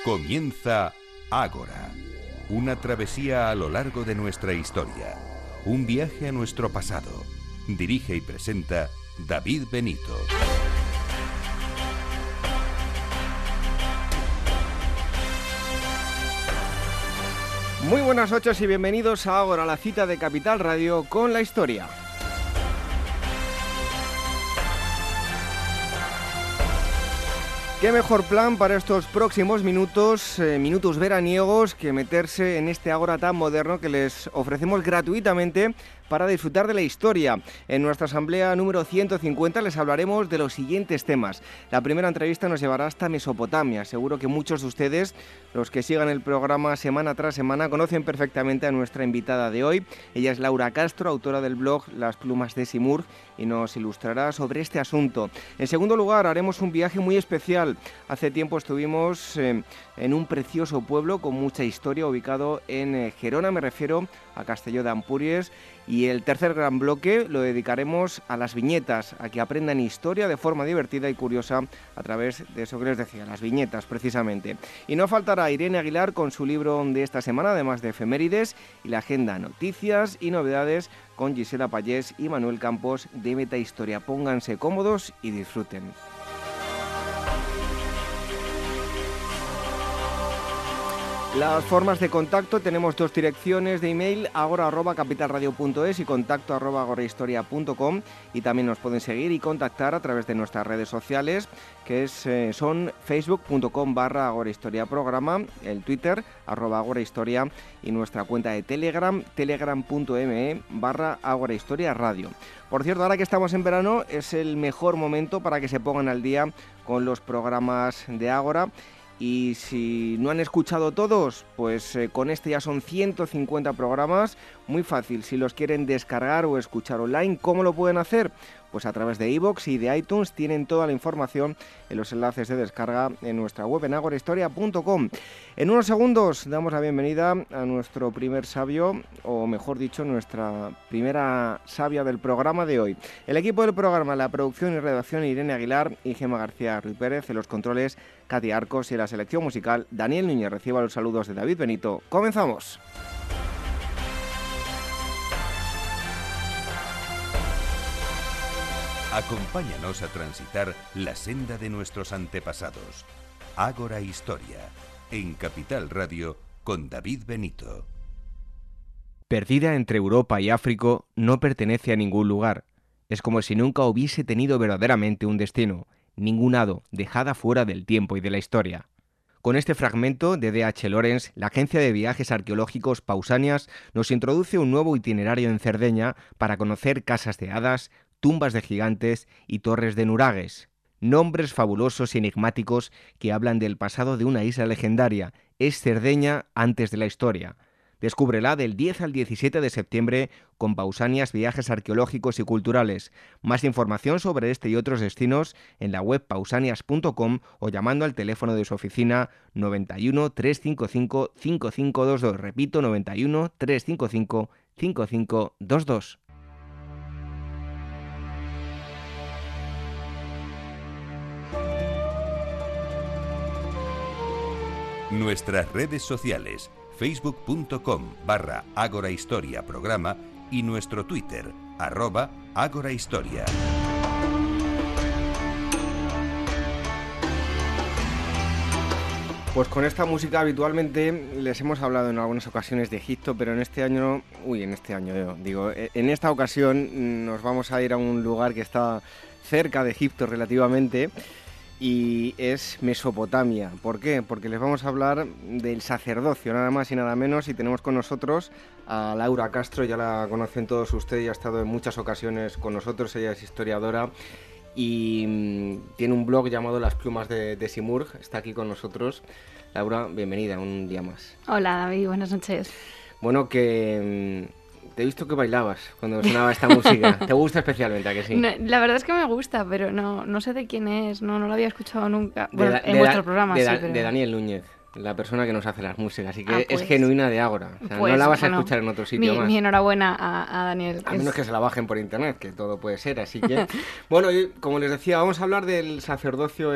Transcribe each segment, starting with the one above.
Comienza Ágora, una travesía a lo largo de nuestra historia, un viaje a nuestro pasado. Dirige y presenta David Benito. Muy buenas noches y bienvenidos a Ágora, la cita de Capital Radio con la historia. ¿Qué mejor plan para estos próximos minutos veraniegos, que meterse en este Ágora tan moderno que les ofrecemos gratuitamente para disfrutar de la historia? En nuestra asamblea número 150 les hablaremos de los siguientes temas. La primera entrevista nos llevará hasta Mesopotamia. Seguro que muchos de ustedes, los que sigan el programa semana tras semana, conocen perfectamente a nuestra invitada de hoy. Ella es Laura Castro, autora del blog Las Plumas de Simurgh, y nos ilustrará sobre este asunto. En segundo lugar, haremos un viaje muy especial. Hace tiempo estuvimos en un precioso pueblo con mucha historia ubicado en Gerona, me refiero a Castelló de Ampúries, y el tercer gran bloque lo dedicaremos a las viñetas, a que aprendan historia de forma divertida y curiosa a través de eso que les decía, las viñetas precisamente. Y no faltará Irene Aguilar con su libro de esta semana, además de efemérides, y la agenda noticias y novedades con Gisela Pallés y Manuel Campos de Metahistoria. Pónganse cómodos y disfruten. Las formas de contacto: tenemos dos direcciones de email, agora@capitalradio.es y contacto@agorahistoria.com, y también nos pueden seguir y contactar a través de nuestras redes sociales, que son facebook.com/agorahistoriaprograma, el Twitter @agorahistoria y nuestra cuenta de Telegram, telegram.me/agorahistoriaradio. Por cierto, ahora que estamos en verano es el mejor momento para que se pongan al día con los programas de Ágora. Y si no han escuchado todos, pues con este ya son 150 programas. Muy fácil, si los quieren descargar o escuchar online, ¿cómo lo pueden hacer? Pues a través de iVoox y de iTunes. Tienen toda la información en los enlaces de descarga en nuestra web en agorahistoria.com. En unos segundos damos la bienvenida a nuestro primer sabio, o mejor dicho, nuestra primera sabia del programa de hoy. El equipo del programa, la producción y redacción, Irene Aguilar y Gemma García Ruiz Pérez, en los controles Katia Arcos, y en la selección musical Daniel Núñez. Reciba los saludos de David Benito. ¡Comenzamos! Acompáñanos a transitar la senda de nuestros antepasados. Ágora Historia, en Capital Radio, con David Benito. Perdida entre Europa y África, no pertenece a ningún lugar. Es como si nunca hubiese tenido verdaderamente un destino, ningún hado, dejada fuera del tiempo y de la historia. Con este fragmento de D.H. Lawrence, la agencia de viajes arqueológicos Pausanias nos introduce un nuevo itinerario en Cerdeña para conocer casas de hadas, tumbas de gigantes y torres de nuragues. Nombres fabulosos y enigmáticos que hablan del pasado de una isla legendaria. Es Cerdeña antes de la historia. Descúbrela del 10 al 17 de septiembre con Pausanias Viajes Arqueológicos y Culturales. Más información sobre este y otros destinos en la web pausanias.com o llamando al teléfono de su oficina 91 355 5522. Repito, 91 355 5522. Nuestras redes sociales: facebook.com/agorahistoriaprograma y nuestro Twitter @agorahistoria. Pues con esta música habitualmente les hemos hablado en algunas ocasiones de Egipto, pero en esta ocasión nos vamos a ir a un lugar que está cerca de Egipto relativamente, y es Mesopotamia. ¿Por qué? Porque les vamos a hablar del sacerdocio, nada más y nada menos, y tenemos con nosotros a Laura Castro. Ya la conocen todos ustedes, ya ha estado en muchas ocasiones con nosotros. Ella es historiadora y tiene un blog llamado Las Plumas de Simurgh. Está aquí con nosotros. Laura, bienvenida un día más. Hola David, buenas noches. Bueno, que te he visto que bailabas cuando sonaba esta música. ¿Te gusta especialmente, a que sí? No, la verdad es que me gusta, pero no sé de quién es, no lo había escuchado nunca. Bueno, en vuestro programa, sí. Pero... De Daniel Núñez. la persona que nos hace las músicas, así que pues, es genuina de Ágora. O sea, pues, no la vas a bueno, escuchar en otro sitio más. Mi enhorabuena a Daniel. A menos que se la bajen por internet, que todo puede ser, así que... Bueno, y como les decía, vamos a hablar del sacerdocio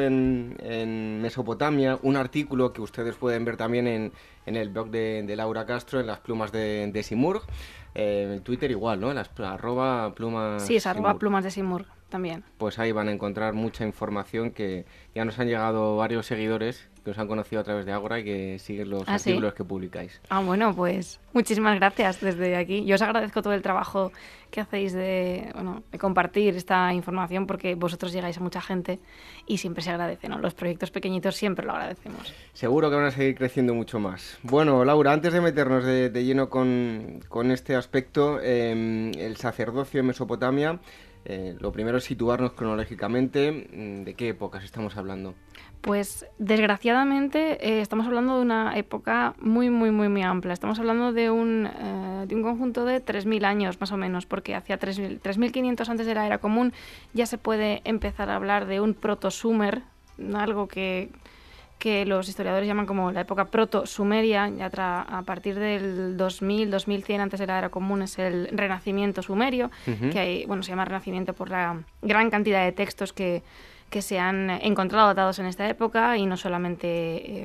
en Mesopotamia, un artículo que ustedes pueden ver también en el blog de Laura Castro, en las plumas de Simurg, en Twitter igual, ¿no? @ plumas. Sí, es Simurg. @plumas de Simurg también. Pues ahí van a encontrar mucha información, que ya nos han llegado varios seguidores que os han conocido a través de Ágora y que siguen los artículos que publicáis. Bueno, pues muchísimas gracias desde aquí. Yo os agradezco todo el trabajo que hacéis de compartir esta información, porque vosotros llegáis a mucha gente y siempre se agradece, ¿no? Los proyectos pequeñitos siempre lo agradecemos. Seguro que van a seguir creciendo mucho más. Bueno, Laura, antes de meternos de lleno con este aspecto, el sacerdocio en Mesopotamia, lo primero es situarnos cronológicamente. ¿De qué épocas estamos hablando? Pues desgraciadamente estamos hablando de una época muy, muy, muy, muy amplia. Estamos hablando de un conjunto de 3.000 años más o menos, porque hacia 3.500 antes de la era común ya se puede empezar a hablar de un proto-sumer, algo que los historiadores llaman como la época proto-sumeria. Ya a partir del 2000, 2100 antes de la era común es el renacimiento sumerio, que hay, se llama renacimiento por la gran cantidad de textos que se han encontrado datados en esta época, y no solamente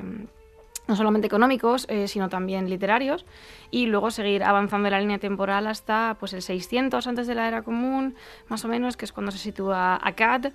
económicos, sino también literarios, y luego seguir avanzando en la línea temporal hasta pues el 600 antes de la era común, más o menos, que es cuando se sitúa Akkad.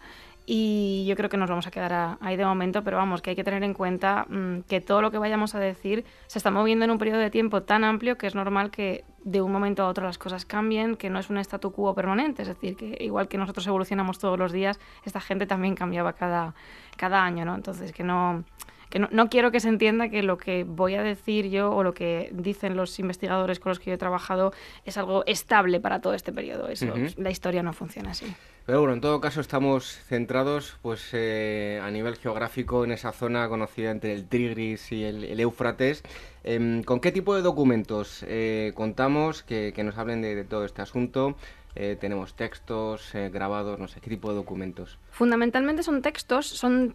Y yo creo que nos vamos a quedar ahí de momento, pero vamos, que hay que tener en cuenta que todo lo que vayamos a decir se está moviendo en un periodo de tiempo tan amplio que es normal que de un momento a otro las cosas cambien, que no es un statu quo permanente, es decir, que igual que nosotros evolucionamos todos los días, esta gente también cambiaba cada año, ¿no? Entonces, que no quiero que se entienda que lo que voy a decir yo o lo que dicen los investigadores con los que yo he trabajado es algo estable para todo este periodo. Eso, la historia no funciona así. Pero bueno, en todo caso estamos centrados pues a nivel geográfico en esa zona conocida entre el Tigris y el Éufrates. ¿Con qué tipo de documentos contamos que nos hablen de todo este asunto? Tenemos textos, grabados, no sé, ¿qué tipo de documentos? Fundamentalmente son textos,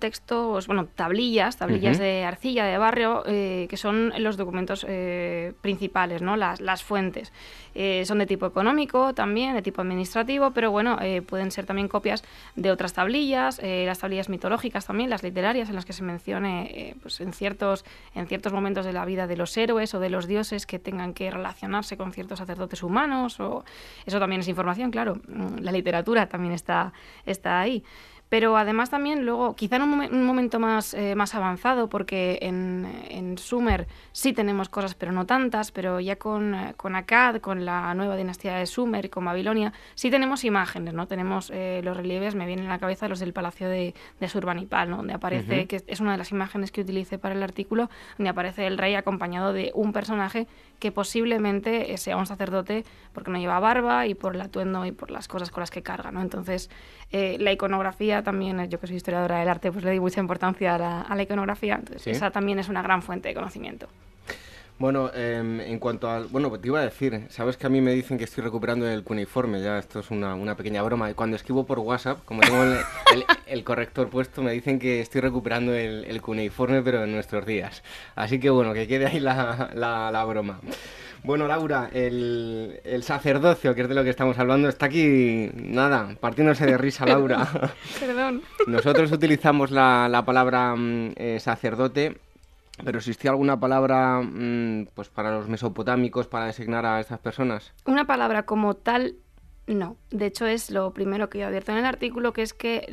tablillas de arcilla, de barrio, que son los documentos principales, ¿no? Las fuentes. Son de tipo económico también, de tipo administrativo, pero pueden ser también copias de otras tablillas, las tablillas mitológicas también, las literarias, en las que se mencione pues en ciertos momentos de la vida de los héroes o de los dioses que tengan que relacionarse con ciertos sacerdotes humanos, o eso también es información, claro. La literatura también está ahí. Pero además también luego, quizá en un momento más avanzado, porque en Sumer sí tenemos cosas, pero no tantas, pero ya con Akkad, con la nueva dinastía de Sumer y con Babilonia, sí tenemos imágenes, ¿no? Tenemos los relieves, me vienen a la cabeza los del Palacio de Surbanipal, ¿no? Donde aparece, que es una de las imágenes que utilicé para el artículo, donde aparece el rey acompañado de un personaje que posiblemente sea un sacerdote, porque no lleva barba y por el atuendo y por las cosas con las que carga, ¿no? Entonces, la iconografía también, yo que soy historiadora del arte, pues le di mucha importancia a la iconografía. Entonces, ¿sí? Esa también es una gran fuente de conocimiento. Bueno, en cuanto al... Bueno, te iba a decir, sabes que a mí me dicen que estoy recuperando el cuneiforme, ya esto es una pequeña broma. Y cuando escribo por WhatsApp, como tengo el corrector puesto, me dicen que estoy recuperando el cuneiforme, pero en nuestros días. Así que bueno, que quede ahí la broma. Bueno, Laura, el sacerdocio, que es de lo que estamos hablando, está aquí, nada, partiéndose de risa, Laura. Perdón. Nosotros utilizamos la palabra sacerdote, pero ¿existía alguna palabra pues para los mesopotámicos para designar a estas personas? Una palabra como tal, no. De hecho, es lo primero que yo advierto en el artículo, que es que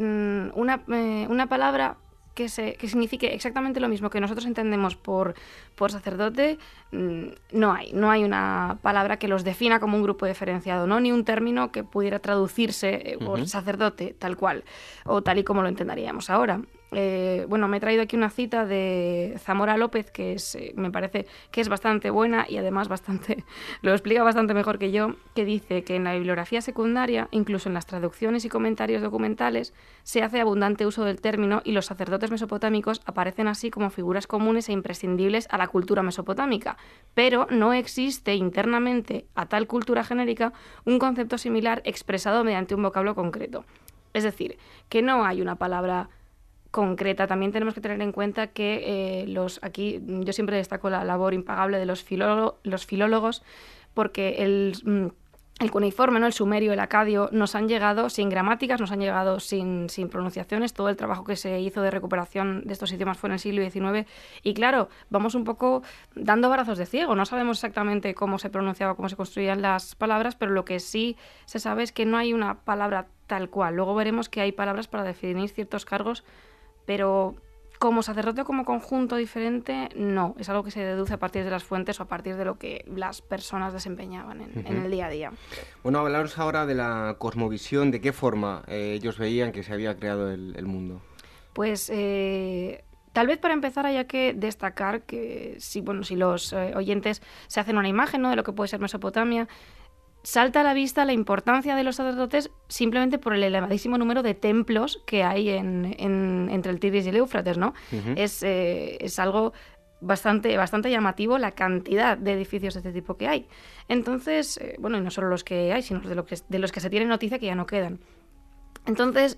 una palabra que signifique exactamente lo mismo que nosotros entendemos por sacerdote, no hay una palabra que los defina como un grupo diferenciado, ¿no? Ni un término que pudiera traducirse por sacerdote tal cual, o tal y como lo entenderíamos ahora. Me he traído aquí una cita de Zamora López, que me parece que es bastante buena y además lo explica bastante mejor que yo, que dice que en la bibliografía secundaria, incluso en las traducciones y comentarios documentales, se hace abundante uso del término y los sacerdotes mesopotámicos aparecen así como figuras comunes e imprescindibles a la cultura mesopotámica, pero no existe internamente a tal cultura genérica un concepto similar expresado mediante un vocablo concreto. Es decir, que no hay una palabra concreta. También tenemos que tener en cuenta que aquí yo siempre destaco la labor impagable de los filólogos, porque el cuneiforme, ¿no? El sumerio, el acadio, nos han llegado sin gramáticas, nos han llegado sin pronunciaciones. Todo el trabajo que se hizo de recuperación de estos idiomas fue en el siglo XIX. Y claro, vamos un poco dando varazos de ciego. No sabemos exactamente cómo se pronunciaba, cómo se construían las palabras, pero lo que sí se sabe es que no hay una palabra tal cual. Luego veremos que hay palabras para definir ciertos cargos, pero como sacerdote o como conjunto diferente, no. Es algo que se deduce a partir de las fuentes o a partir de lo que las personas desempeñaban en el día a día. Bueno, hablaros ahora de la cosmovisión. ¿De qué forma ellos veían que se había creado el mundo? Pues tal vez para empezar haya que destacar que si los oyentes se hacen una imagen, ¿no?, de lo que puede ser Mesopotamia, salta a la vista la importancia de los sacerdotes simplemente por el elevadísimo número de templos que hay entre el Tigris y el Éufrates, ¿no? Uh-huh. Es algo bastante llamativo la cantidad de edificios de este tipo que hay. Entonces, y no solo los que hay, sino de los que se tiene noticia que ya no quedan. Entonces,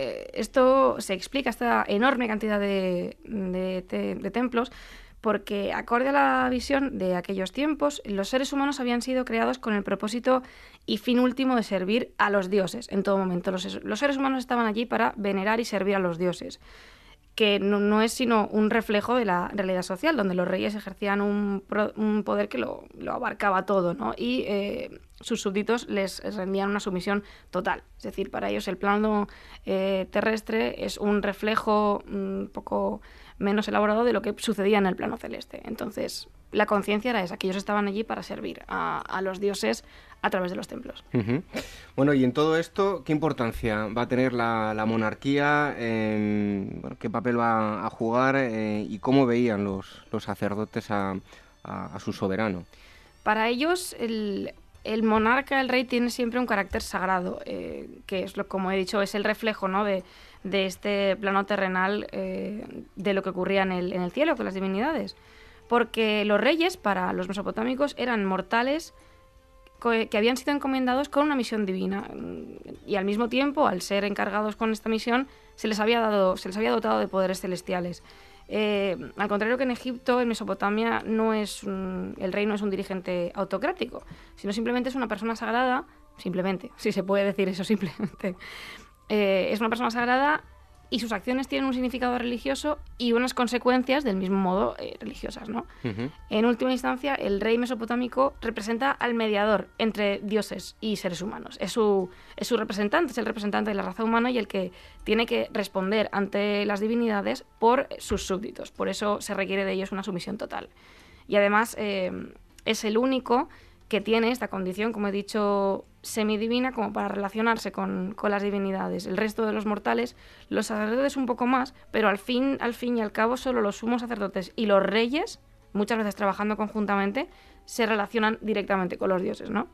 esto se explica, esta enorme cantidad de templos, porque acorde a la visión de aquellos tiempos, los seres humanos habían sido creados con el propósito y fin último de servir a los dioses en todo momento. Los seres humanos estaban allí para venerar y servir a los dioses, que no es sino un reflejo de la realidad social, donde los reyes ejercían un poder que lo abarcaba todo, ¿no? Y sus súbditos les rendían una sumisión total. Es decir, para ellos el plano terrestre es un reflejo un poco menos elaborado de lo que sucedía en el plano celeste. Entonces, la conciencia era esa, que ellos estaban allí para servir a los dioses a través de los templos. Uh-huh. Bueno, y en todo esto, ¿qué importancia va a tener la monarquía? ¿Qué papel va a jugar? ¿Y cómo veían los sacerdotes a su soberano? Para ellos, el monarca, el rey, tiene siempre un carácter sagrado, que es, como he dicho, es el reflejo, ¿no?, de este plano terrenal, de lo que ocurría en el cielo con las divinidades. Porque los reyes, para los mesopotámicos, eran mortales que habían sido encomendados con una misión divina, y al mismo tiempo, al ser encargados con esta misión, se les había dotado de poderes celestiales. Al contrario que en Egipto, en Mesopotamia el rey no es un dirigente autocrático, sino simplemente es una persona sagrada, simplemente, si se puede decir eso simplemente. Es una persona sagrada y sus acciones tienen un significado religioso y unas consecuencias del mismo modo religiosas, ¿no? Uh-huh. En última instancia, el rey mesopotámico representa al mediador entre dioses y seres humanos. Es su representante, es el representante de la raza humana y el que tiene que responder ante las divinidades por sus súbditos. Por eso se requiere de ellos una sumisión total. Y además es el único que tiene esta condición, como he dicho, semidivina, como para relacionarse con las divinidades. El resto de los mortales, los sacerdotes un poco más, pero al fin y al cabo solo los sumos sacerdotes y los reyes, muchas veces trabajando conjuntamente, se relacionan directamente con los dioses, ¿no?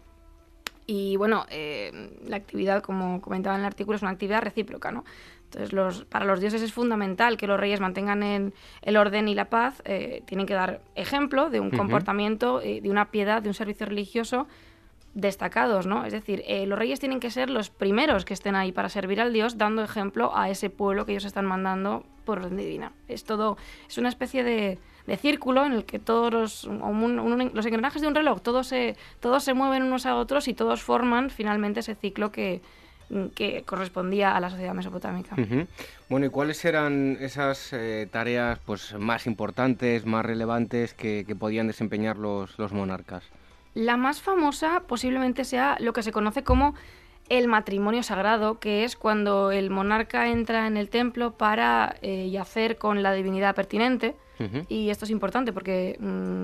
Y la actividad, como comentaba en el artículo, es una actividad recíproca, ¿no? Entonces, para los dioses es fundamental que los reyes mantengan el orden y la paz. Tienen que dar ejemplo de un comportamiento, de una piedad, de un servicio religioso destacados, ¿no? Es decir, los reyes tienen que ser los primeros que estén ahí para servir al dios, dando ejemplo a ese pueblo que ellos están mandando por orden divina. Es una especie de círculo en el que todos los engranajes de un reloj, todos se mueven unos a otros y todos forman finalmente ese ciclo que correspondía a la sociedad mesopotámica. Uh-huh. Bueno, ¿y cuáles eran esas tareas más importantes, más relevantes que podían desempeñar los monarcas? La más famosa posiblemente sea lo que se conoce como el matrimonio sagrado, que es cuando el monarca entra en el templo para yacer con la divinidad pertinente. Uh-huh. Y esto es importante porque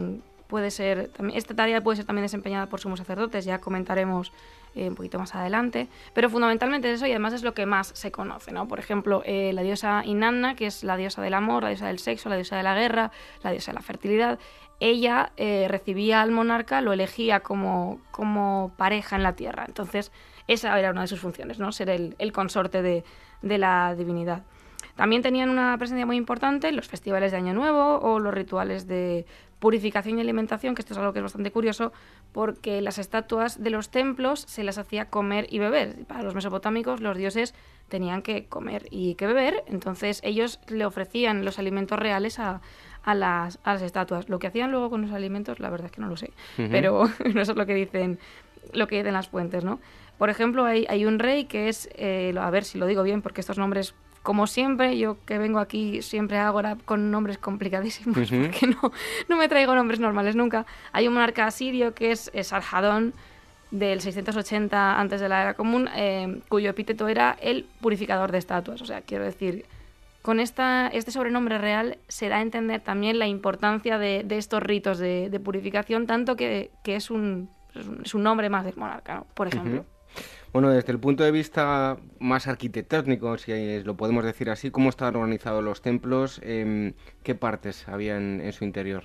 esta tarea puede ser también desempeñada por sumos sacerdotes, ya comentaremos un poquito más adelante, pero fundamentalmente es eso, y además es lo que más se conoce, ¿no? Por ejemplo, la diosa Inanna, que es la diosa del amor, la diosa del sexo, la diosa de la guerra, la diosa de la fertilidad. Ella recibía al monarca, lo elegía como pareja en la tierra. Entonces, esa era una de sus funciones, ¿no? Ser el consorte de la divinidad. También tenían una presencia muy importante en los festivales de Año Nuevo o los rituales de purificación y alimentación, que esto es algo que es bastante curioso, porque las estatuas de los templos se las hacía comer y beber. Para los mesopotámicos, los dioses tenían que comer y que beber, entonces ellos le ofrecían los alimentos reales a las estatuas. Lo que hacían luego con los alimentos, la verdad es que no lo sé, pero eso es lo que dicen las fuentes, ¿no? Por ejemplo, hay un rey que es, a ver si lo digo bien, porque estos nombres, como siempre, yo que vengo aquí siempre ahora con nombres complicadísimos, porque no me traigo nombres normales nunca. Hay un monarca asirio que es Sarjadón, del 680 antes de la era común, cuyo epíteto era el purificador de estatuas. O sea, quiero decir, con este sobrenombre real se da a entender también la importancia de estos ritos de purificación, tanto que es un nombre más del monarca, ¿no? Por ejemplo. Bueno, desde el punto de vista más arquitectónico, si lo podemos decir así, ¿cómo estaban organizados los templos? ¿Qué partes había en su interior?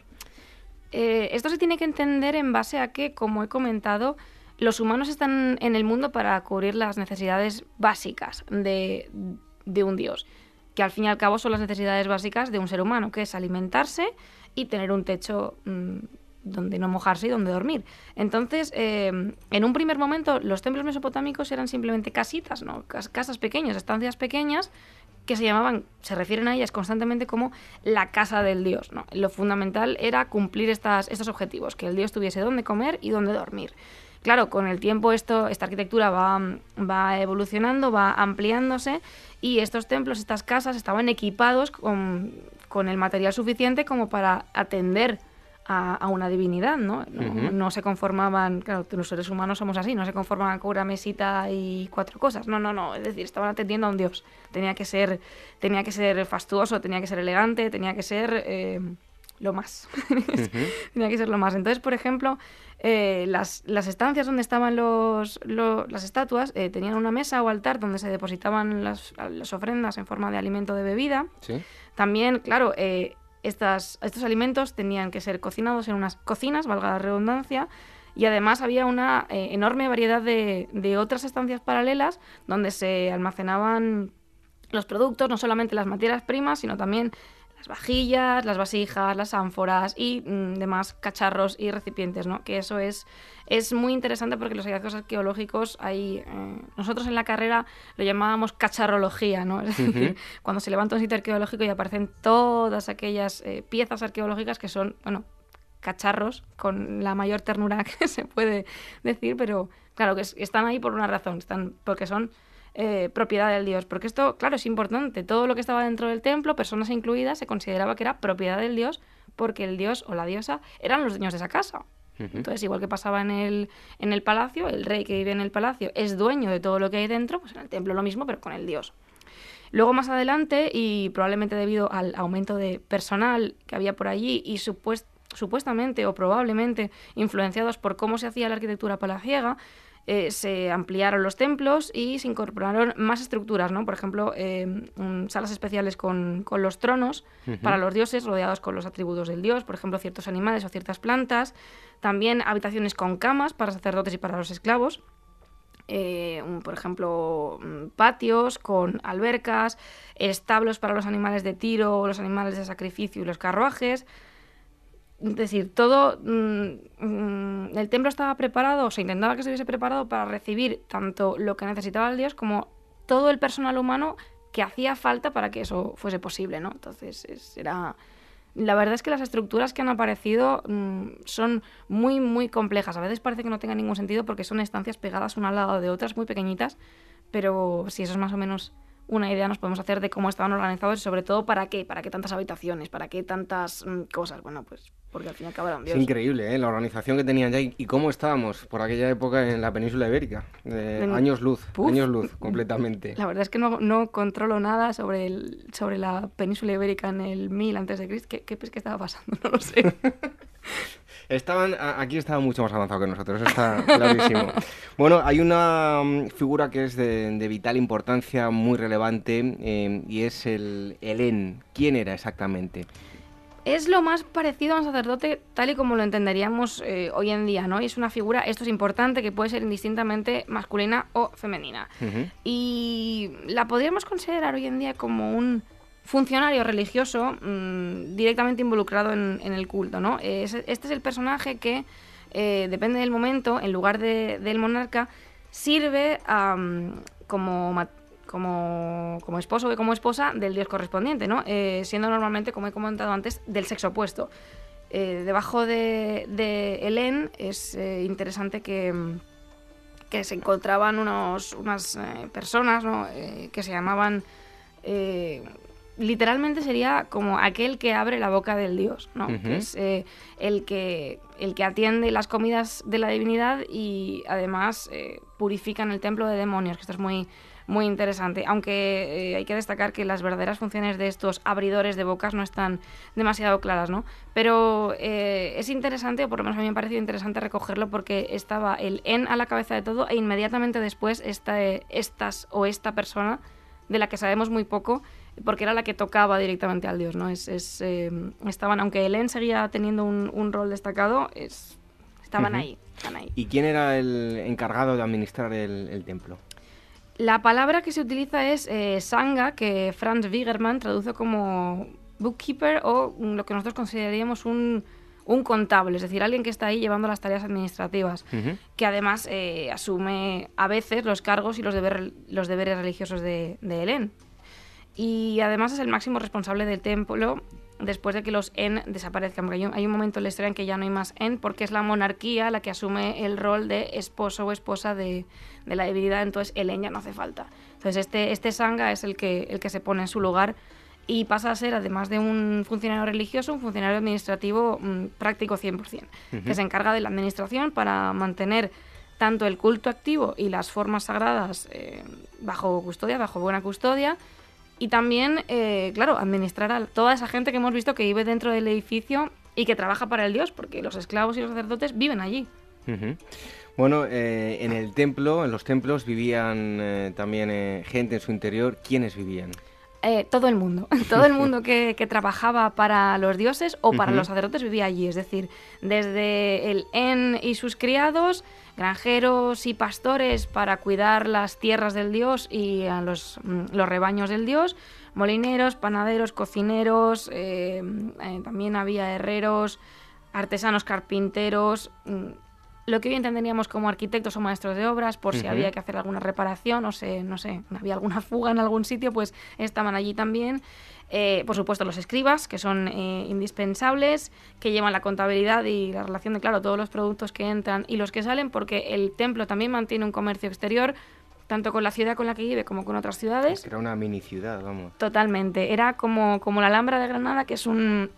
Esto se tiene que entender en base a que, como he comentado, los humanos están en el mundo para cubrir las necesidades básicas de un dios, que al fin y al cabo son las necesidades básicas de un ser humano, que es alimentarse y tener un techo donde no mojarse y donde dormir. Entonces, en un primer momento, los templos mesopotámicos eran simplemente casitas, ¿no? Casas pequeñas, estancias pequeñas, que se refieren a ellas constantemente como la casa del dios, ¿no? Lo fundamental era cumplir estos objetivos, que el dios tuviese dónde comer y dónde dormir. Claro, con el tiempo esta arquitectura va evolucionando, va ampliándose, y estos templos, estas casas, estaban equipados con el material suficiente como para atender a una divinidad, ¿no? No se conformaban, claro, los seres humanos somos así, no se conformaban con una mesita y 4 cosas, no, es decir, estaban atendiendo a un dios. Tenía que ser fastuoso, tenía que ser elegante, tenía que ser lo más. Tenía que ser lo más. Entonces, por ejemplo, las estancias donde estaban las estatuas tenían una mesa o altar donde se depositaban las ofrendas en forma de alimento o de bebida. ¿Sí? También, claro, estos alimentos tenían que ser cocinados en unas cocinas, valga la redundancia, y además había una enorme variedad de otras estancias paralelas donde se almacenaban los productos, no solamente las materias primas, sino también las vajillas, las vasijas, las ánforas y demás cacharros y recipientes, ¿no? Que eso es muy interesante porque los hallazgos arqueológicos nosotros en la carrera lo llamábamos cacharrología, ¿no? Es decir, cuando se levanta un sitio arqueológico y aparecen todas aquellas piezas arqueológicas que son, bueno, cacharros, con la mayor ternura que se puede decir, pero claro que están ahí por una razón, porque son propiedad del dios, porque esto, claro, es importante. Todo lo que estaba dentro del templo, personas incluidas, se consideraba que era propiedad del dios porque el dios o la diosa eran los dueños de esa casa. Entonces, igual que pasaba en el palacio, el rey que vive en el palacio es dueño de todo lo que hay dentro, pues en el templo lo mismo, pero con el dios. Luego, más adelante, y probablemente debido al aumento de personal que había por allí y supuestamente o probablemente influenciados por cómo se hacía la arquitectura palaciega, se ampliaron los templos y se incorporaron más estructuras, ¿no? Por ejemplo, salas especiales con los tronos para los dioses, rodeados con los atributos del dios, por ejemplo, ciertos animales o ciertas plantas. También habitaciones con camas para sacerdotes y para los esclavos. Por ejemplo, patios con albercas, establos para los animales de tiro, los animales de sacrificio y los carruajes. Es decir, todo el templo estaba preparado, o se intentaba que estuviese preparado para recibir tanto lo que necesitaba el dios como todo el personal humano que hacía falta para que eso fuese posible, ¿no? Entonces, la verdad es que las estructuras que han aparecido son muy, muy complejas. A veces parece que no tengan ningún sentido porque son estancias pegadas una al lado de otras, muy pequeñitas, pero si eso es más o menos una idea nos podemos hacer de cómo estaban organizados y sobre todo para qué tantas habitaciones, para qué tantas cosas. Bueno, pues porque al fin y al cabo era un dios. Es increíble, la organización que tenían ya y cómo estábamos por aquella época en la península ibérica. Años luz completamente. La verdad es que no controlo nada sobre la península ibérica en el 1000 a.C. ¿Qué estaba pasando? No lo sé. Aquí estaban mucho más avanzados que nosotros, eso está clarísimo. Bueno, hay una figura que es de vital importancia, muy relevante, y es el Helén. ¿Quién era exactamente? Es lo más parecido a un sacerdote tal y como lo entenderíamos hoy en día, ¿no? Y es una figura, esto es importante, que puede ser indistintamente masculina o femenina. Y la podríamos considerar hoy en día como un funcionario religioso directamente involucrado en el culto, ¿no? Este es el personaje que, depende del momento, en lugar del monarca, sirve como como esposo o como esposa del dios correspondiente, ¿no? Siendo normalmente, como he comentado antes, del sexo opuesto. Debajo de Helen es interesante que se encontraban unas personas, ¿no? Que se llamaban... literalmente sería como aquel que abre la boca del dios, ¿no? Uh-huh. Que es el que atiende las comidas de la divinidad y además purifican el templo de demonios, que esto es muy, muy interesante. Aunque hay que destacar que las verdaderas funciones de estos abridores de bocas no están demasiado claras, ¿no? Pero es interesante, o por lo menos a mí me ha parecido interesante recogerlo, porque estaba el En a la cabeza de todo e inmediatamente después esta persona de la que sabemos muy poco, porque era la que tocaba directamente al dios, ¿no? Estaban, aunque Helen seguía teniendo un rol destacado, estaban uh-huh. ahí. ¿Y quién era el encargado de administrar el templo? La palabra que se utiliza es Sangha, que Franz Wigermann traduce como bookkeeper o lo que nosotros consideraríamos un contable, es decir, alguien que está ahí llevando las tareas administrativas, uh-huh. que además asume a veces los cargos y los deberes religiosos de Helen. Y además es el máximo responsable del templo después de que los En desaparezcan, porque hay un momento en la historia en que ya no hay más En, porque es la monarquía la que asume el rol de esposo o esposa de la divinidad, entonces Helen ya no hace falta. Entonces este Sangha es el que se pone en su lugar y pasa a ser, además de un funcionario religioso, un funcionario administrativo práctico 100%, uh-huh. que se encarga de la administración para mantener tanto el culto activo y las formas sagradas bajo buena custodia, y también, claro, administrar a toda esa gente que hemos visto que vive dentro del edificio y que trabaja para el dios, porque los esclavos y los sacerdotes viven allí. Uh-huh. Bueno, en los templos vivían también gente en su interior. ¿Quiénes vivían? Todo el mundo que trabajaba para los dioses o para uh-huh. los sacerdotes vivía allí, es decir, desde el En y sus criados, granjeros y pastores para cuidar las tierras del dios y a los rebaños del dios, molineros, panaderos, cocineros, también había herreros, artesanos, carpinteros, lo que hoy entenderíamos como arquitectos o maestros de obras, por si uh-huh. había que hacer alguna reparación o no sé, había alguna fuga en algún sitio, pues estaban allí también. Por supuesto, los escribas, que son indispensables, que llevan la contabilidad y la relación de, claro, todos los productos que entran y los que salen, porque el templo también mantiene un comercio exterior, tanto con la ciudad con la que vive como con otras ciudades. Era una mini ciudad, vamos. Totalmente. Era como la Alhambra de Granada, que es un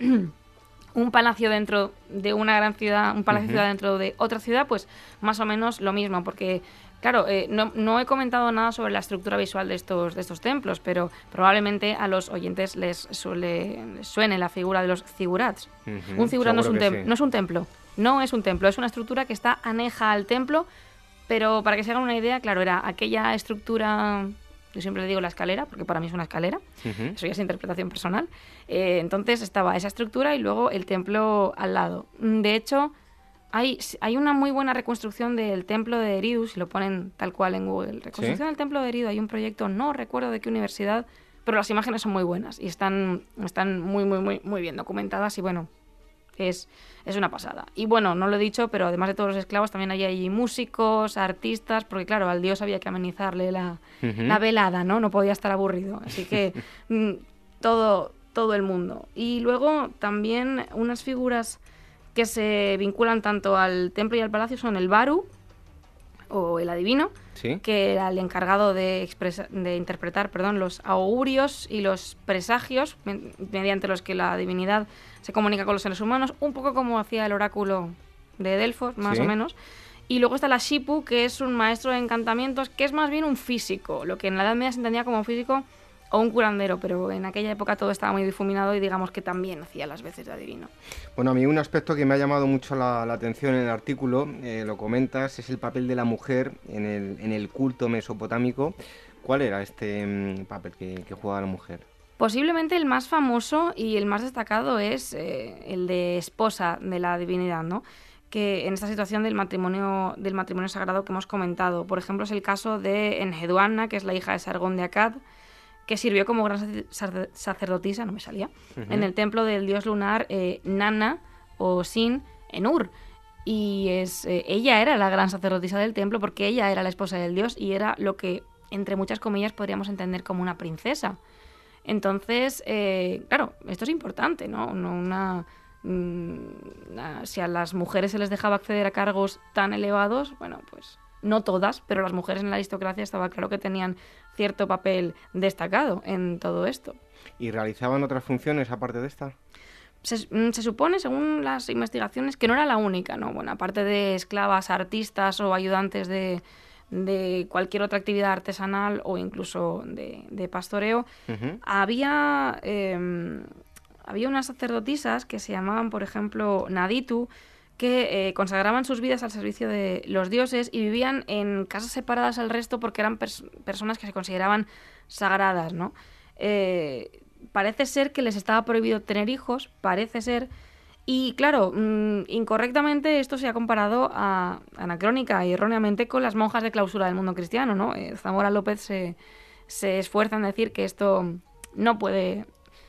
palacio dentro de una gran ciudad, un palacio uh-huh. ciudad dentro de otra ciudad, pues más o menos lo mismo, porque claro, no he comentado nada sobre la estructura visual de estos templos, pero probablemente a los oyentes les suene la figura de los zigurats. Uh-huh. Un zigurat no es un templo, es una estructura que está aneja al templo, pero para que se hagan una idea, claro, era aquella estructura... Yo siempre le digo la escalera, porque para mí es una escalera. Uh-huh. Eso ya es interpretación personal. Entonces estaba esa estructura y luego el templo al lado. De hecho, hay una muy buena reconstrucción del templo de Eridu, si lo ponen tal cual en Google. Reconstrucción ¿Sí? del templo de Eridu. Hay un proyecto, no recuerdo de qué universidad, pero las imágenes son muy buenas y están muy, muy, muy, muy bien documentadas y bueno... Es una pasada. Y bueno, no lo he dicho, pero además de todos los esclavos también hay allí músicos, artistas, porque claro, al dios había que amenizarle la velada, ¿no? No podía estar aburrido. Así que todo el mundo. Y luego también unas figuras que se vinculan tanto al templo y al palacio son el Baru, o el adivino, ¿Sí? que era el encargado de interpretar los augurios y los presagios mediante los que la divinidad se comunica con los seres humanos, un poco como hacía el oráculo de Delfos, más ¿Sí? o menos. Y luego está la Shipu, que es un maestro de encantamientos, que es más bien un físico, lo que en la Edad Media se entendía como físico o un curandero, pero en aquella época todo estaba muy difuminado y digamos que también hacía las veces de adivino. Bueno, a mí un aspecto que me ha llamado mucho la atención en el artículo, lo comentas, es el papel de la mujer en el culto mesopotámico. ¿Cuál era este papel que jugaba la mujer? Posiblemente el más famoso y el más destacado es el de esposa de la divinidad, ¿no? Que en esta situación del matrimonio sagrado que hemos comentado. Por ejemplo, es el caso de Enheduanna, que es la hija de Sargón de Akkad, que sirvió como gran sacerdotisa, no me salía, uh-huh. en el templo del dios lunar Nanna o Sin en Ur. Y ella era la gran sacerdotisa del templo porque ella era la esposa del dios y era lo que entre muchas comillas, podríamos entender como una princesa. Entonces, claro, esto es importante, ¿no? Si a las mujeres se les dejaba acceder a cargos tan elevados, bueno, pues no todas, pero las mujeres en la aristocracia estaba claro que tenían cierto papel destacado en todo esto. ¿Y realizaban otras funciones aparte de esta? Se supone, según las investigaciones, que no era la única, ¿no? Bueno, aparte de esclavas, artistas o ayudantes de cualquier otra actividad artesanal o incluso de pastoreo, había unas sacerdotisas que se llamaban, por ejemplo, Naditu, que consagraban sus vidas al servicio de los dioses y vivían en casas separadas al resto porque eran personas que se consideraban sagradas, ¿no? Parece ser que les estaba prohibido tener hijos, parece ser. Y claro, incorrectamente esto se ha comparado anacrónica y erróneamente con las monjas de clausura del mundo cristiano, ¿no? Zamora López se esfuerza en decir que esto no puede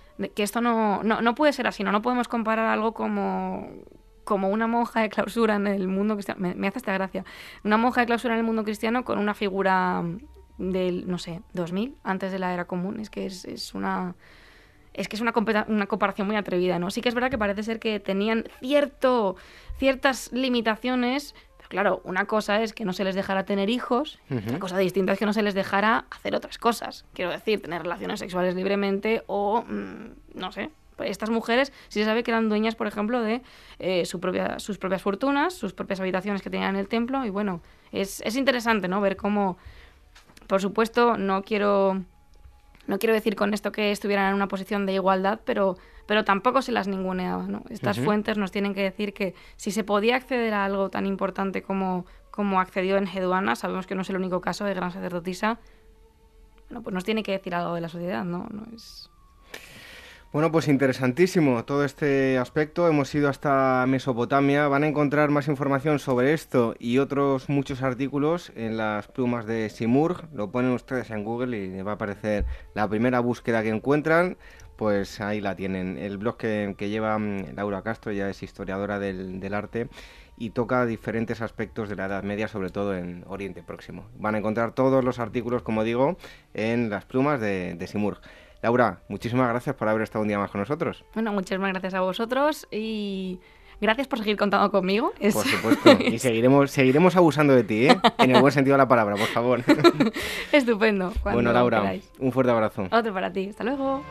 ser así, no podemos comparar algo como una monja de clausura en el mundo cristiano. Me hace esta gracia. Una monja de clausura en el mundo cristiano con una figura del, no sé, 2000, antes de la era común. Es que es una comparación muy atrevida, ¿no? Sí que es verdad que parece ser que tenían ciertas limitaciones, pero claro, una cosa es que no se les dejara tener hijos, una cosa distinta es que no se les dejara hacer otras cosas. Quiero decir, tener relaciones sexuales libremente o, no sé. Estas mujeres sí se sabe que eran dueñas, por ejemplo, de sus propias fortunas, sus propias habitaciones que tenían en el templo, y bueno, es interesante, ¿no? Ver cómo, por supuesto, no quiero decir con esto que estuvieran en una posición de igualdad, pero tampoco se las ninguneaba, ¿no? Estas fuentes nos tienen que decir que si se podía acceder a algo tan importante como accedió en Enheduanna, sabemos que no es el único caso de gran sacerdotisa, bueno, pues nos tiene que decir algo de la sociedad, ¿no? Bueno, pues interesantísimo todo este aspecto. Hemos ido hasta Mesopotamia. Van a encontrar más información sobre esto y otros muchos artículos en las plumas de Simurgh. Lo ponen ustedes en Google y les va a aparecer la primera búsqueda que encuentran. Pues ahí la tienen. El blog que lleva Laura Castro, ya es historiadora del arte y toca diferentes aspectos de la Edad Media, sobre todo en Oriente Próximo. Van a encontrar todos los artículos, como digo, en las plumas de Simurgh. Laura, muchísimas gracias por haber estado un día más con nosotros. Bueno, muchísimas gracias a vosotros y gracias por seguir contando conmigo. Por supuesto, y seguiremos abusando de ti, ¿eh? En el buen sentido de la palabra, por favor. Estupendo. Bueno, Laura, queráis. Un fuerte abrazo. Otro para ti. Hasta luego.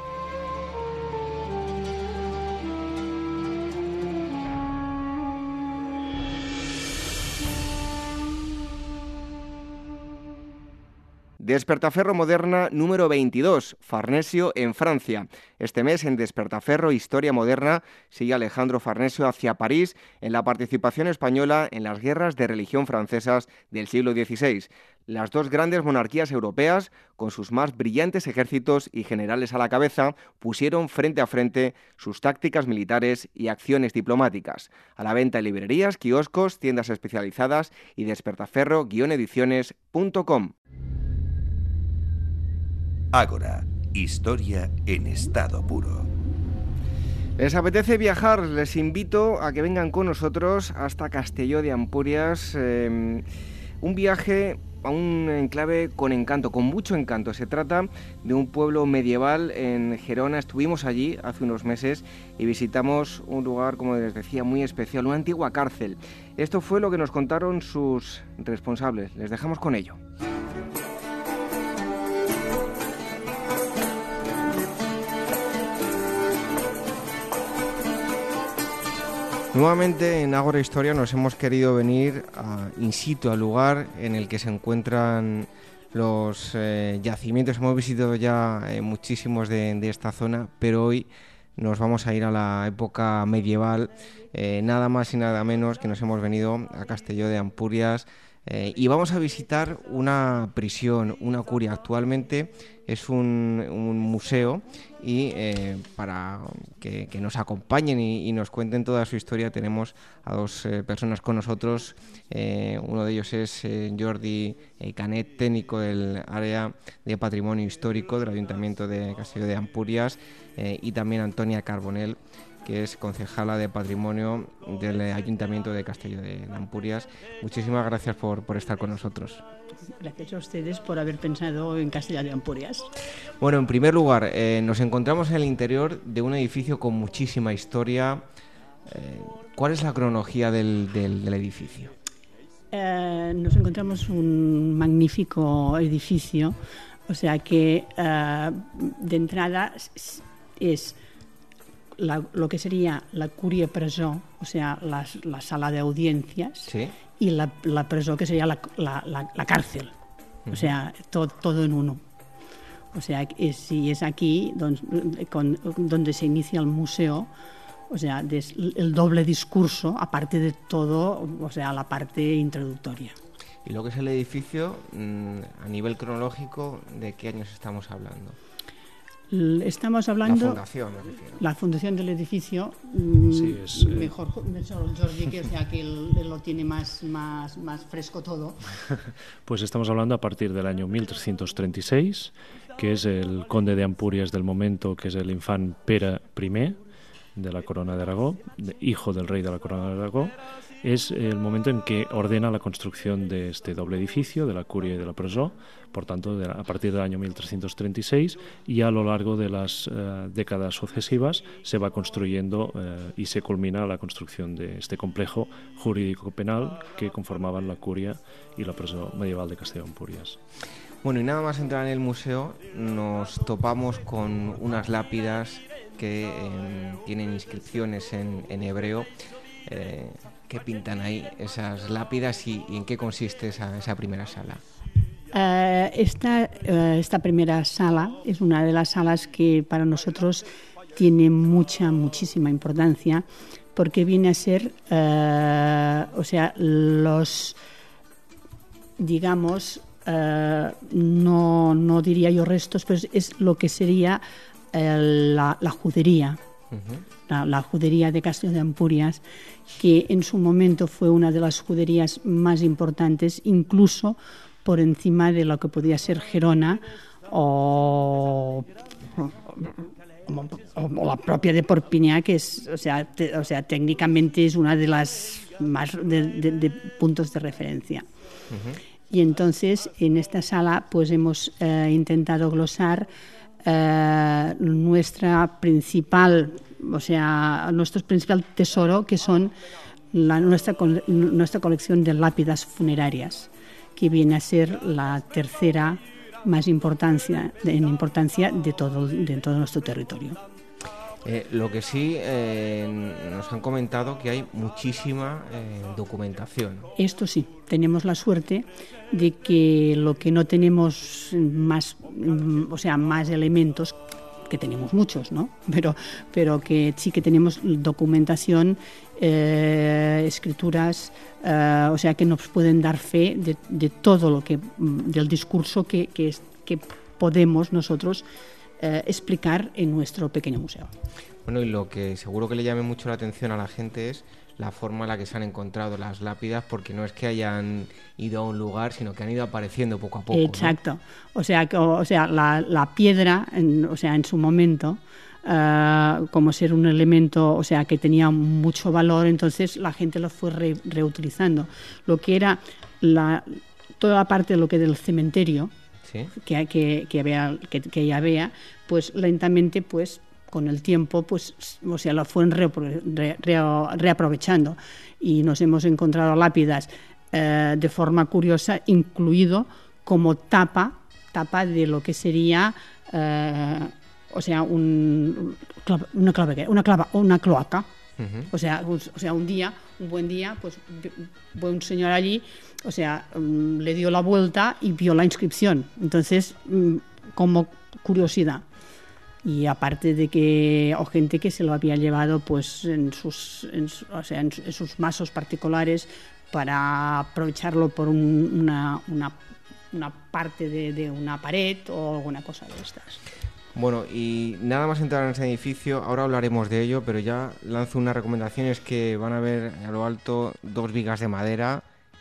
Despertaferro Moderna número 22, Farnesio en Francia. Este mes en Despertaferro Historia Moderna sigue Alejandro Farnesio hacia París en la participación española en las guerras de religión francesas del siglo XVI. Las dos grandes monarquías europeas, con sus más brillantes ejércitos y generales a la cabeza, pusieron frente a frente sus tácticas militares y acciones diplomáticas. A la venta en librerías, kioscos, tiendas especializadas y despertaferro-ediciones.com. Ágora, historia en estado puro. ¿Les apetece viajar? Les invito a que vengan con nosotros hasta Castelló de Ampurias. Un viaje a un enclave con encanto, con mucho encanto. Se trata de un pueblo medieval en Gerona. Estuvimos allí hace unos meses y visitamos un lugar, como les decía, muy especial, una antigua cárcel. Esto fue lo que nos contaron sus responsables. Les dejamos con ello. Nuevamente en Ágora Historia nos hemos querido venir in situ al lugar en el que se encuentran los yacimientos. Hemos visitado ya muchísimos de esta zona, pero hoy nos vamos a ir a la época medieval, nada más y nada menos que nos hemos venido a Castelló de Ampurias y vamos a visitar una prisión, una curia. Actualmente es un museo y para que nos acompañen y nos cuenten toda su historia tenemos a dos personas con nosotros. Uno de ellos es Jordi Canet, técnico del área de patrimonio histórico del Ayuntamiento de Castelló de Ampurias, y también Antonia Carbonell, que es concejala de Patrimonio del Ayuntamiento de Castelló de Ampurias. Muchísimas gracias por estar con nosotros. Gracias a ustedes por haber pensado en Castelló de Ampurias. Bueno, en primer lugar, nos encontramos en el interior de un edificio con muchísima historia. ¿Cuál es la cronología del edificio? Nos encontramos un magnífico edificio, o sea que de entrada es lo que sería la curia presó, o sea, la sala de audiencias, ¿sí? Y la presó, que sería la cárcel, o sea, todo en uno. O sea, es aquí donde se inicia el museo, o sea, el doble discurso, aparte de todo, o sea, la parte introductoria. Y lo que es el edificio, a nivel cronológico, ¿de qué años estamos hablando? Estamos hablando... La fundación, me refiero. La fundación del edificio, sí, es, mejor Jordi, que, o sea, que él lo tiene más fresco todo. Pues estamos hablando a partir del año 1336, que es el conde de Ampurias del momento, que es el infant Pere I, de la Corona de Aragó, hijo del rey de la Corona de Aragó. Es el momento en que ordena la construcción de este doble edificio, de la curia y de la presó, por tanto, a partir del año 1336, y a lo largo de las décadas sucesivas se va construyendo y se culmina la construcción de este complejo jurídico-penal que conformaban la curia y la presó medieval de Castelló de Ampurias. Bueno, y nada más entrar en el museo, nos topamos con unas lápidas que tienen inscripciones en hebreo. ¿Qué pintan ahí esas lápidas y en qué consiste esa primera sala? Esta primera sala es una de las salas que para nosotros tiene muchísima importancia, porque viene a ser, o sea, los, digamos, no diría yo restos, pero es lo que sería la judería. Uh-huh. La judería de Castelló de Ampurias, que en su momento fue una de las juderías más importantes, incluso por encima de lo que podía ser Gerona o la propia de Perpiñá, que es, o sea, técnicamente es una de las más de puntos de referencia. Uh-huh. Y entonces en esta sala pues hemos intentado glosar nuestro principal tesoro, que son nuestra colección de lápidas funerarias, que viene a ser la tercera más importancia de todo nuestro territorio. Lo que sí nos han comentado que hay muchísima documentación. Esto sí, tenemos la suerte de que lo que no tenemos más elementos, que tenemos muchos, ¿no? Pero que sí que tenemos documentación, escrituras, o sea, que nos pueden dar fe de todo lo que del discurso que podemos nosotros explicar en nuestro pequeño museo. Bueno, y lo que seguro que le llame mucho la atención a la gente es la forma en la que se han encontrado las lápidas, porque no es que hayan ido a un lugar, sino que han ido apareciendo poco a poco. Exacto. ¿No? O sea, la piedra, en su momento, como ser un elemento, o sea, que tenía mucho valor, entonces la gente lo fue reutilizando. Lo que era toda la parte de lo que del cementerio, ¿sí? que ya había, pues lentamente, pues con el tiempo, pues, o sea, lo fueron reaprovechando, y nos hemos encontrado lápidas de forma curiosa, incluido como tapa de lo que sería, o sea, una cloaca. Uh-huh. O sea, un buen día, pues fue un señor allí, o sea, le dio la vuelta y vio la inscripción. Entonces, como curiosidad. Y aparte de que, o gente que se lo había llevado pues en sus mazos particulares para aprovecharlo por una parte de una pared o alguna cosa de estas. Bueno, y nada más entrar en ese edificio, ahora hablaremos de ello, pero ya lanzo una recomendación, es que van a ver a lo alto 2 vigas de madera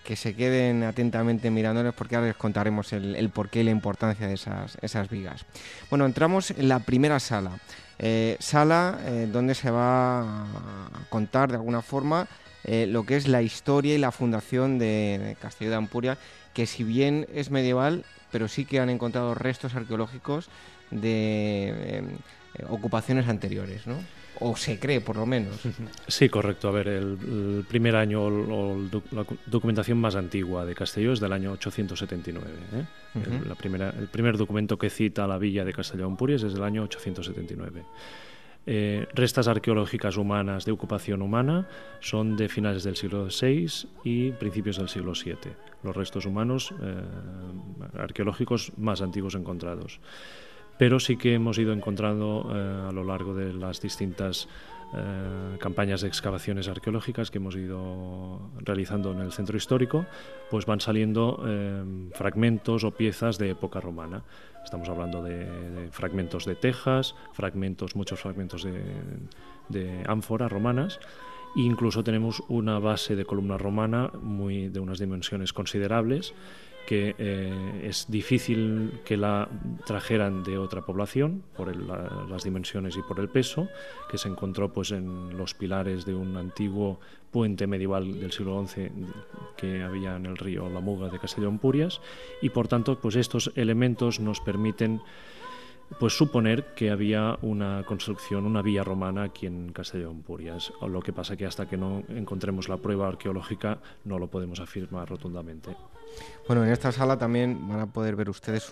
que se queden atentamente mirándoles, porque ahora les contaremos el porqué y la importancia de esas vigas. Bueno, entramos en la primera sala. Donde se va a contar de alguna forma lo que es la historia y la fundación de Castelló de Ampurias, que si bien es medieval, pero sí que han encontrado restos arqueológicos de ocupaciones anteriores, ¿no? O se cree, por lo menos. Sí, correcto. A ver, el primer año o la documentación más antigua de Castelló es del año 879. El primer documento que cita la villa de Castelló de Ampurias es del año 879. Restas arqueológicas humanas de ocupación humana son de finales del siglo VI y principios del siglo VII. Los restos humanos arqueológicos más antiguos encontrados. Pero sí que hemos ido encontrando a lo largo de las distintas campañas de excavaciones arqueológicas que hemos ido realizando en el centro histórico, pues van saliendo fragmentos o piezas de época romana. Estamos hablando de fragmentos de tejas, muchos fragmentos de ánforas romanas, e incluso tenemos una base de columna romana de unas dimensiones considerables, que es difícil que la trajeran de otra población por las dimensiones y por el peso, que se encontró pues en los pilares de un antiguo puente medieval del siglo XI que había en el río La Muga de Castelló de Ampurias, y por tanto pues estos elementos nos permiten pues suponer que había una construcción, una vía romana aquí en Castelló de Ampurias. Lo que pasa que hasta que no encontremos la prueba arqueológica no lo podemos afirmar rotundamente. Bueno, en esta sala también van a poder ver ustedes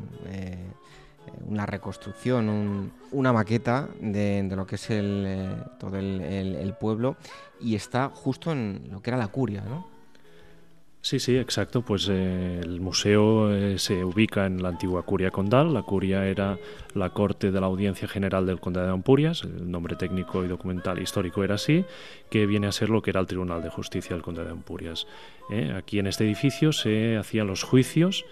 una reconstrucción, una maqueta de lo que es todo el pueblo, y está justo en lo que era la curia, ¿no? Sí, exacto. Pues el museo se ubica en la antigua curia condal. La curia era la corte de la Audiencia General del Condado de Ampurias. El nombre técnico y documental histórico era así, que viene a ser lo que era el Tribunal de Justicia del Condado de Ampurias. Aquí en este edificio se hacían los juicios,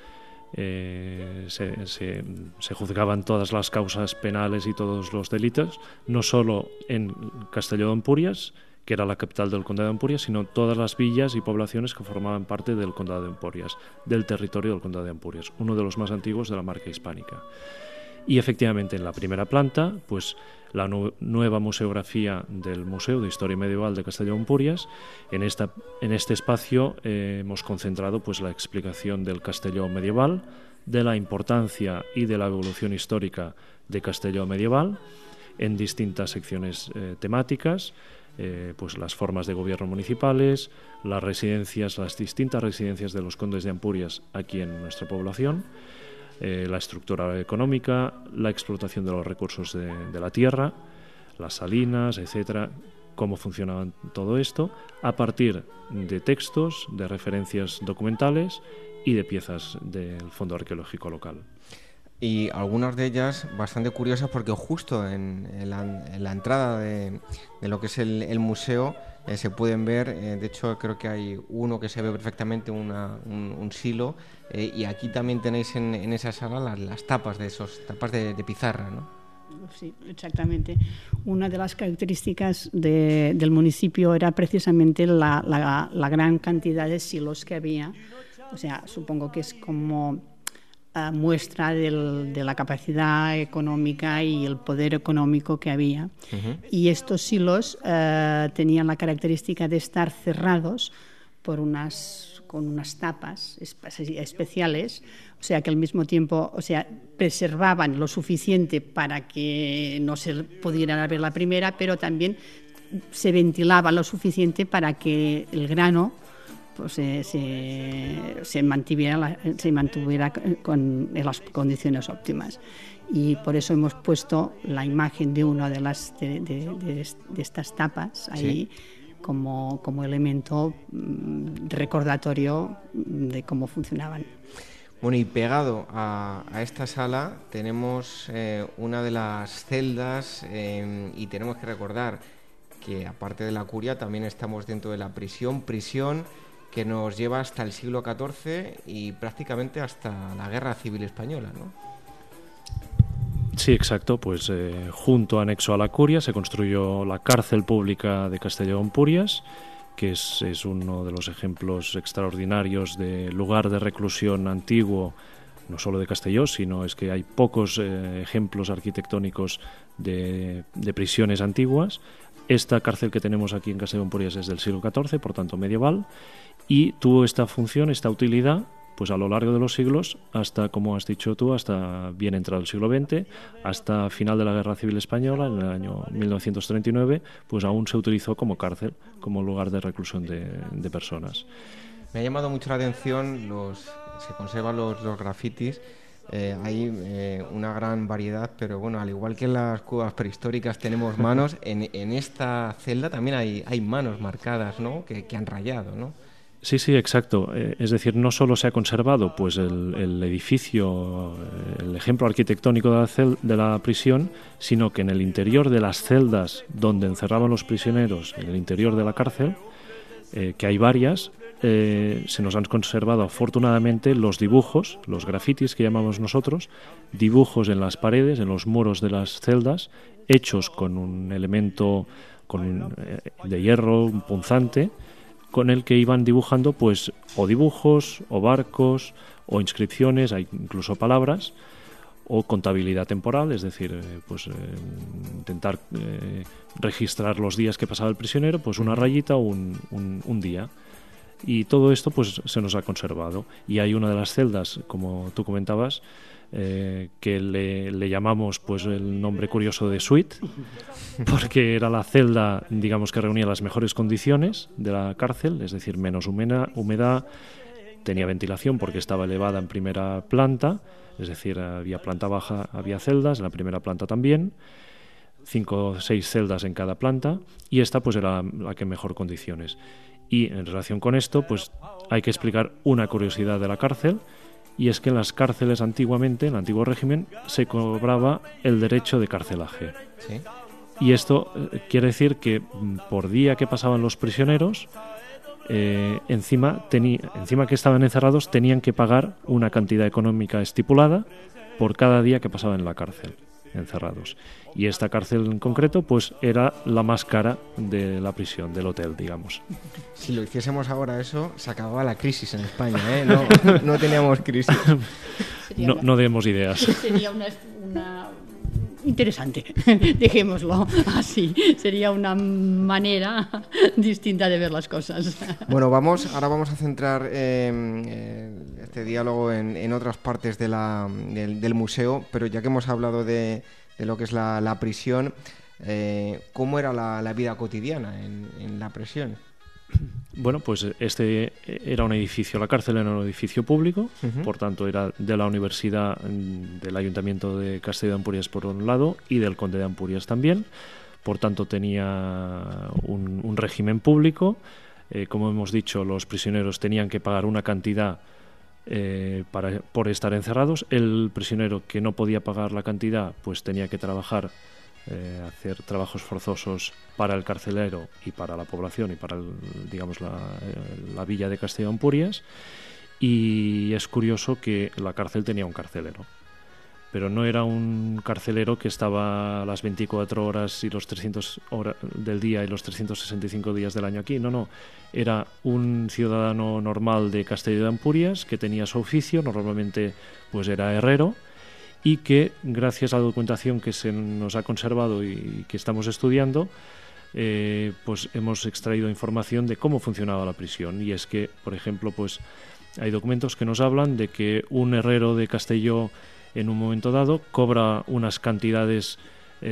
se juzgaban todas las causas penales y todos los delitos, no solo en Castelló de Ampurias, que era la capital del Condado de Ampurias, sino todas las villas y poblaciones que formaban parte del Condado de Ampurias, del territorio del Condado de Ampurias, uno de los más antiguos de la marca hispánica. Y efectivamente en la primera planta, pues la nueva museografía del Museo de Historia Medieval de Castelló de Ampurias. En este espacio hemos concentrado pues la explicación del Castelló medieval, de la importancia y de la evolución histórica de Castelló medieval, en distintas secciones temáticas. Pues las formas de gobierno municipales, las distintas residencias de los condes de Ampurias aquí en nuestra población, la estructura económica, la explotación de los recursos de la tierra, las salinas, etcétera, cómo funcionaba todo esto, a partir de textos, de referencias documentales y de piezas del Fondo Arqueológico Local. Y algunas de ellas bastante curiosas, porque justo en la entrada de lo que es el museo se pueden ver, de hecho creo que hay uno que se ve perfectamente, un silo, y aquí también tenéis en esa sala las tapas de pizarra, ¿no? Sí, exactamente. Una de las características del municipio era precisamente la gran cantidad de silos que había. O sea, supongo que es como muestra de la capacidad económica y el poder económico que había. Uh-huh. Y estos silos tenían la característica de estar cerrados con unas tapas especiales, o sea que al mismo tiempo, preservaban lo suficiente para que no se pudiera ver la primera, pero también se ventilaba lo suficiente para que el grano pues se mantuviera con las condiciones óptimas. Y por eso hemos puesto la imagen de una de estas tapas ahí, ¿sí?, como elemento recordatorio de cómo funcionaban. Bueno, y pegado a esta sala tenemos una de las celdas, y tenemos que recordar que aparte de la curia también estamos dentro de la prisión que nos lleva hasta el siglo XIV y prácticamente hasta la Guerra Civil Española, ¿no? Sí, exacto. Pues anexo a la curia, se construyó la cárcel pública de Castelló de Ampurias, que es uno de los ejemplos extraordinarios de lugar de reclusión antiguo, no solo de Castelló, sino es que hay pocos ejemplos arquitectónicos de prisiones antiguas. Esta cárcel que tenemos aquí en Castelló de Empúries es del siglo XIV, por tanto medieval, y tuvo esta función, esta utilidad, pues a lo largo de los siglos, hasta, como has dicho tú, hasta bien entrado el siglo XX, hasta final de la Guerra Civil Española, en el año 1939, pues aún se utilizó como cárcel, como lugar de reclusión de personas. Me ha llamado mucho la atención, se conservan los grafitis. Hay una gran variedad, pero bueno, al igual que en las cuevas prehistóricas tenemos manos, en esta celda también hay manos marcadas, ¿no? que han rayado, ¿no? Sí, exacto. Es decir, no solo se ha conservado pues el edificio, el ejemplo arquitectónico de la prisión, sino que en el interior de las celdas donde encerraban los prisioneros, en el interior de la cárcel, que hay varias, se nos han conservado afortunadamente los dibujos, los grafitis que llamamos nosotros, dibujos en las paredes, en los muros de las celdas, hechos con un elemento de hierro, un punzante, con el que iban dibujando pues o dibujos, o barcos, o inscripciones, hay incluso palabras, o contabilidad temporal, es decir, intentar registrar los días que pasaba el prisionero, pues una rayita o un día. Y todo esto pues se nos ha conservado. Y hay una de las celdas, como tú comentabas, que le llamamos pues el nombre curioso de suite, porque era la celda, digamos, que reunía las mejores condiciones de la cárcel, es decir, menos humedad, tenía ventilación porque estaba elevada en primera planta, es decir, había planta baja, había celdas, en la primera planta también, 5 o 6 celdas en cada planta, y esta pues era la que en mejor condiciones. Y en relación con esto, pues hay que explicar una curiosidad de la cárcel, y es que en las cárceles antiguamente, en el antiguo régimen, se cobraba el derecho de carcelaje. ¿Sí? Y esto quiere decir que por día que pasaban los prisioneros, encima que estaban encerrados, tenían que pagar una cantidad económica estipulada por cada día que pasaban en la cárcel, encerrados. Y esta cárcel en concreto, pues era la más cara de la prisión, del hotel, digamos. Si lo hiciésemos ahora eso, se acababa la crisis en España, ¿eh? No teníamos crisis. No demos ideas. Sería una interesante, dejémoslo así. Sería una manera distinta de ver las cosas. Bueno, ahora vamos a centrar este diálogo en otras partes del museo, pero ya que hemos hablado de lo que es la prisión, ¿cómo era la vida cotidiana en la prisión? Bueno, pues este era un edificio, la cárcel era un edificio público, por tanto era de la universidad, del Ayuntamiento de Castelló de Empúries por un lado y del Conde de Empúries también, por tanto tenía un régimen público, como hemos dicho, los prisioneros tenían que pagar una cantidad por estar encerrados. El prisionero que no podía pagar la cantidad pues tenía que trabajar, hacer trabajos forzosos para el carcelero y para la población y para la villa de Castelló de Empúries. Y es curioso que la cárcel tenía un carcelero, pero no era un carcelero que estaba las 24 horas y los 300 horas del día y los 365 días del año aquí. No, era un ciudadano normal de Castelló de Empúries que tenía su oficio, normalmente pues era herrero, y que gracias a la documentación que se nos ha conservado y que estamos estudiando, pues hemos extraído información de cómo funcionaba la prisión. Y es que, por ejemplo, pues hay documentos que nos hablan de que un herrero de Castelló en un momento dado cobra unas cantidades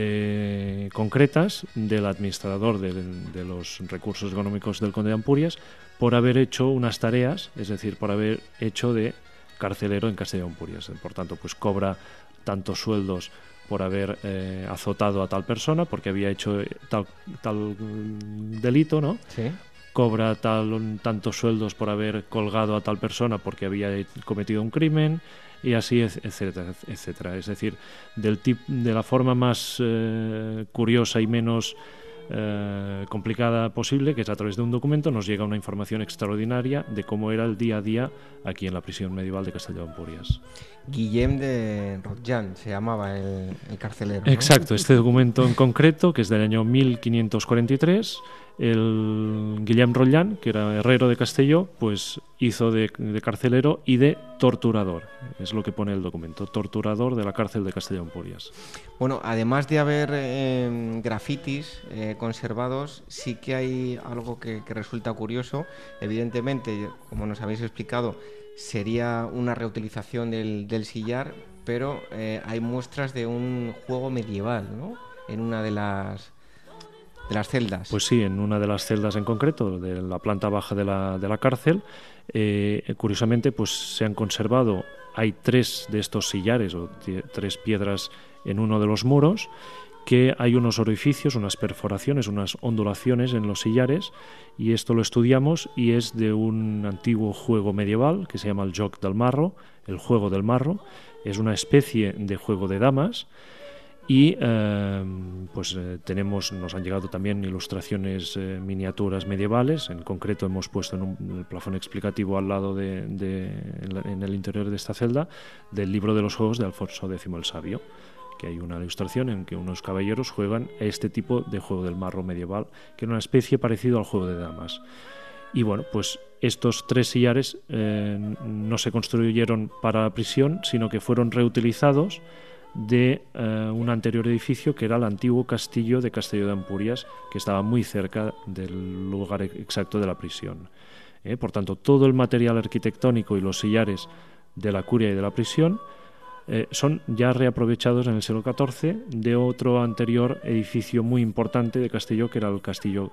concretas del administrador de los recursos económicos del Conde de Empúries por haber hecho unas tareas, es decir, por haber hecho de carcelero en Castelló de Empúries. Por tanto, pues cobra tantos sueldos por haber azotado a tal persona porque había hecho tal delito, ¿no? Sí. Cobra tantos sueldos por haber colgado a tal persona porque había cometido un crimen, y así, etcétera, etcétera. Es decir, de la forma más curiosa y menos complicada posible, que es a través de un documento, nos llega una información extraordinaria de cómo era el día a día aquí en la prisión medieval de Castelló de Empúries. Guillem de Rotjan se llamaba el carcelero, ¿no? Exacto, este documento en concreto, que es del año 1543, el Guillem Rotllan, que era herrero de Castelló, pues hizo de carcelero y de torturador. Es lo que pone el documento, torturador de la cárcel de Castelló de Empúries. Bueno, además de haber grafitis conservados, sí que hay algo que resulta curioso. Evidentemente, como nos habéis explicado, sería una reutilización del sillar, pero hay muestras de un juego medieval, ¿no?, en una de las celdas. Pues sí, en una de las celdas en concreto, de la planta baja de la cárcel, curiosamente pues se han conservado, hay 3 de estos sillares o 3 piedras en uno de los muros, que hay unos orificios, unas perforaciones, unas ondulaciones en los sillares, y esto lo estudiamos y es de un antiguo juego medieval que se llama el Joc del Marro, el juego del marro. Es una especie de juego de damas. Y nos han llegado también ilustraciones, miniaturas medievales. En concreto hemos puesto en el plafón explicativo al lado en el interior de esta celda, del libro de los juegos de Alfonso X el Sabio, que hay una ilustración en que unos caballeros juegan este tipo de juego del marro medieval, que era una especie parecido al juego de damas. Y bueno, pues estos 3 sillares no se construyeron para la prisión, sino que fueron reutilizados de un anterior edificio que era el antiguo castillo de Castelló de Empúries, que estaba muy cerca del lugar exacto de la prisión. Por tanto, todo el material arquitectónico y los sillares de la curia y de la prisión son ya reaprovechados en el siglo XIV de otro anterior edificio muy importante de Castelló, que era el castillo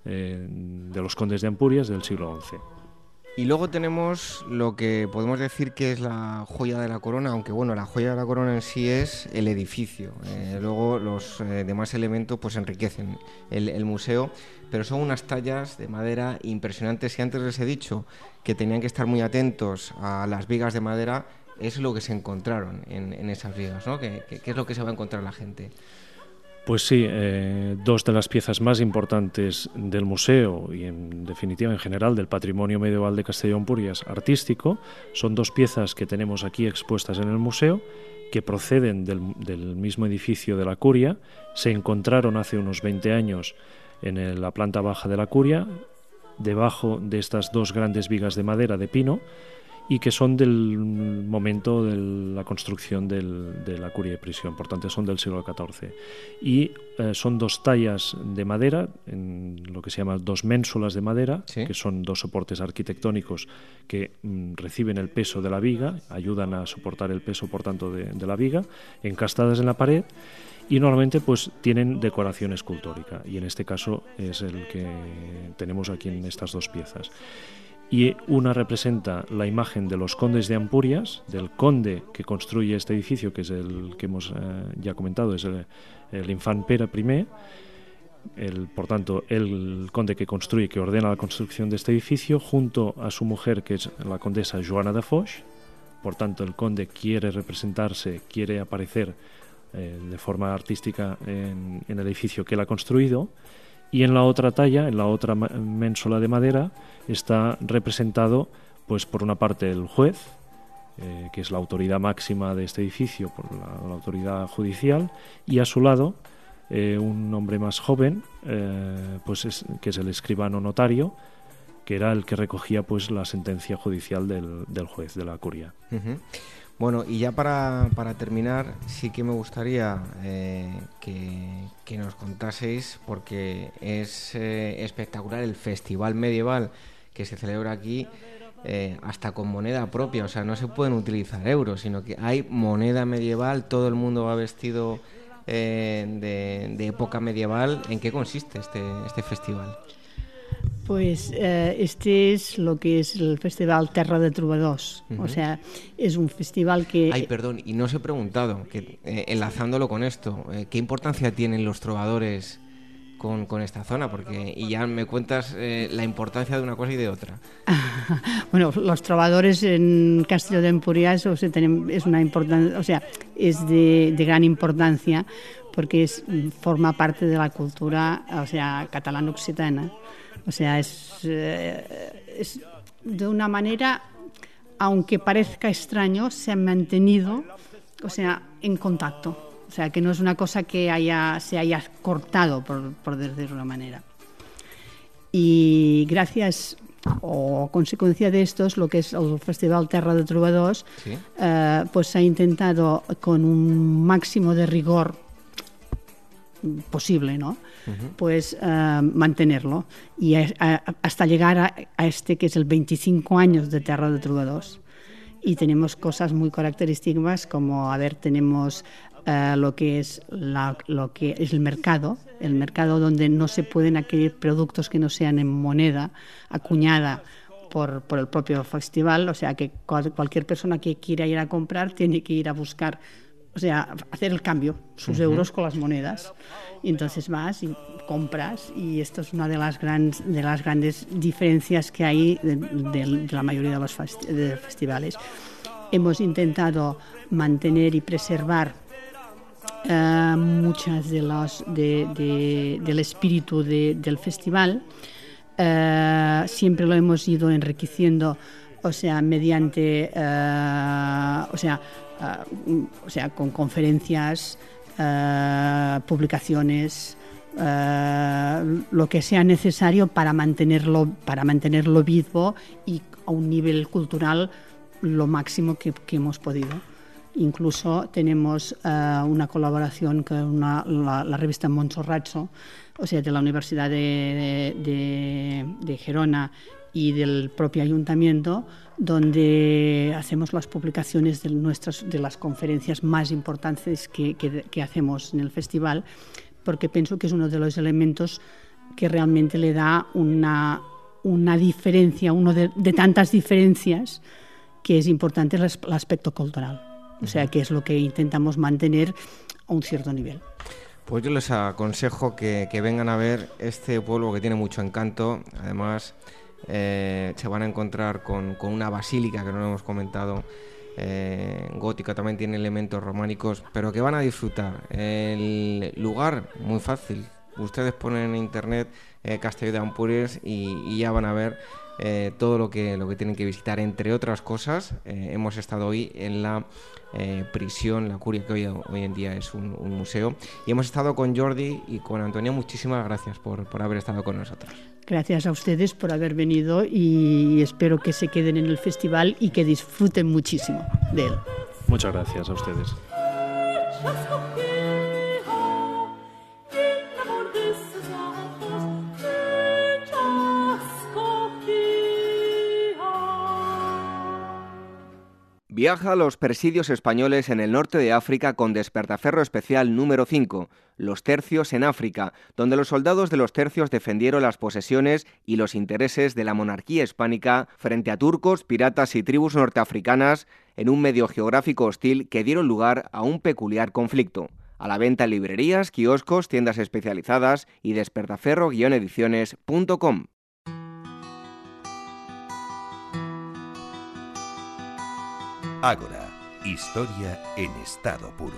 de los condes de Empúries del siglo XI. Y luego tenemos lo que podemos decir que es la joya de la corona, aunque bueno, la joya de la corona en sí es el edificio. Luego los demás elementos pues enriquecen el museo, pero son unas tallas de madera impresionantes. Y antes les he dicho que tenían que estar muy atentos a las vigas de madera, es lo que se encontraron en esas vigas, ¿no? ¿Qué es lo que se va a encontrar la gente? Pues sí, 2 de las piezas más importantes del museo y en definitiva en general del patrimonio medieval de Castelló de Empúries artístico son 2 piezas que tenemos aquí expuestas en el museo, que proceden del mismo edificio de la curia. Se encontraron hace unos 20 años en la planta baja de la curia, debajo de estas 2 grandes vigas de madera de pino, y que son del momento de la construcción de la curia de prisión, por tanto son del siglo XIV. Y son 2 tallas de madera, en lo que se llama 2 ménsulas de madera, ¿sí?, que son 2 soportes arquitectónicos que reciben el peso de la viga, ayudan a soportar el peso, por tanto, de la viga, encastadas en la pared, y normalmente pues tienen decoración escultórica, y en este caso es el que tenemos aquí en estas 2 piezas. Y una representa la imagen de los condes de Empúries, del conde que construye este edificio, que es el que hemos ya comentado, es el infant Pere I, por tanto el conde que construye, que ordena la construcción de este edificio, junto a su mujer, que es la condesa Joana de Foix. Por tanto, el conde quiere representarse, quiere aparecer de forma artística en el edificio que él ha construido. Y en la otra talla, en la otra ménsola de madera, está representado, pues por una parte el juez, que es la autoridad máxima de este edificio, por la autoridad judicial, y a su lado un hombre más joven, que es el escribano notario, que era el que recogía pues la sentencia judicial del juez de la curia. Uh-huh. Bueno, y ya para terminar, sí que me gustaría que nos contaseis, porque es espectacular el festival medieval que se celebra aquí, hasta con moneda propia, o sea, no se pueden utilizar euros, sino que hay moneda medieval, todo el mundo va vestido de época medieval. ¿En qué consiste este festival? Pues este es lo que es el Festival Terra de Trobadors. Uh-huh. O sea, es un festival que... Ay, perdón, y no os he preguntado, que enlazándolo con esto, ¿qué importancia tienen los trovadores con esta zona? Porque y ya me cuentas la importancia de una cosa y de otra. Bueno, los trovadores en Castelló de Empúries es una importancia, o sea, es de gran importancia, porque forma parte de la cultura, o sea, catalano-occitana. O sea, es de una manera, aunque parezca extraño, se han mantenido, o sea, en contacto. O sea, que no es una cosa que se haya cortado, por decirlo de una manera. Y gracias o consecuencia de esto, lo que es el Festival Terra de Trobadors, ¿sí? Pues se ha intentado con un máximo de rigor posible, ¿no? Pues mantenerlo y hasta llegar a este que es el 25 años de Terra de Trobadors. Y tenemos cosas muy características como, tenemos lo que es el mercado donde no se pueden adquirir productos que no sean en moneda acuñada por el propio festival, o sea que cualquier persona que quiera ir a comprar tiene que ir a buscar, o sea, hacer el cambio, sus euros con las monedas. Y entonces vas y compras, y esto es una de las grandes diferencias que hay de la mayoría de los festivales. Hemos intentado mantener y preservar muchas del espíritu del festival. Siempre lo hemos ido enriqueciendo, o sea, mediante, con conferencias, publicaciones, lo que sea necesario para mantenerlo vivo y a un nivel cultural lo máximo que hemos podido. Incluso tenemos una colaboración con la revista Montsorratso, o sea, de la Universidad de Gerona y del propio ayuntamiento, donde hacemos las publicaciones de las conferencias más importantes que hacemos en el festival, porque pienso que es uno de los elementos que realmente le da una diferencia, uno de tantas diferencias, que es importante el aspecto cultural. O sea, que es lo que intentamos mantener a un cierto nivel. Pues yo les aconsejo que vengan a ver este pueblo que tiene mucho encanto. Además, se van a encontrar con una basílica que no lo hemos comentado, gótica, también tiene elementos románicos, pero que van a disfrutar. El lugar, muy fácil. Ustedes ponen en internet Castelló de Ampúries y ya van a ver todo lo que tienen que visitar. Entre otras cosas, hemos estado hoy en la prisión, la Curia, que hoy en día es un museo, y hemos estado con Jordi y con Antonia. Muchísimas gracias por haber estado con nosotros. Gracias a ustedes por haber venido, y espero que se queden en el festival y que disfruten muchísimo de él. Muchas gracias a ustedes. Viaja a los presidios españoles en el norte de África con Despertaferro Especial número 5, Los Tercios en África, donde los soldados de los tercios defendieron las posesiones y los intereses de la monarquía hispánica frente a turcos, piratas y tribus norteafricanas en un medio geográfico hostil que dieron lugar a un peculiar conflicto. A la venta en librerías, kioscos, tiendas especializadas y despertaferro-ediciones.com. Ágora, historia en estado puro.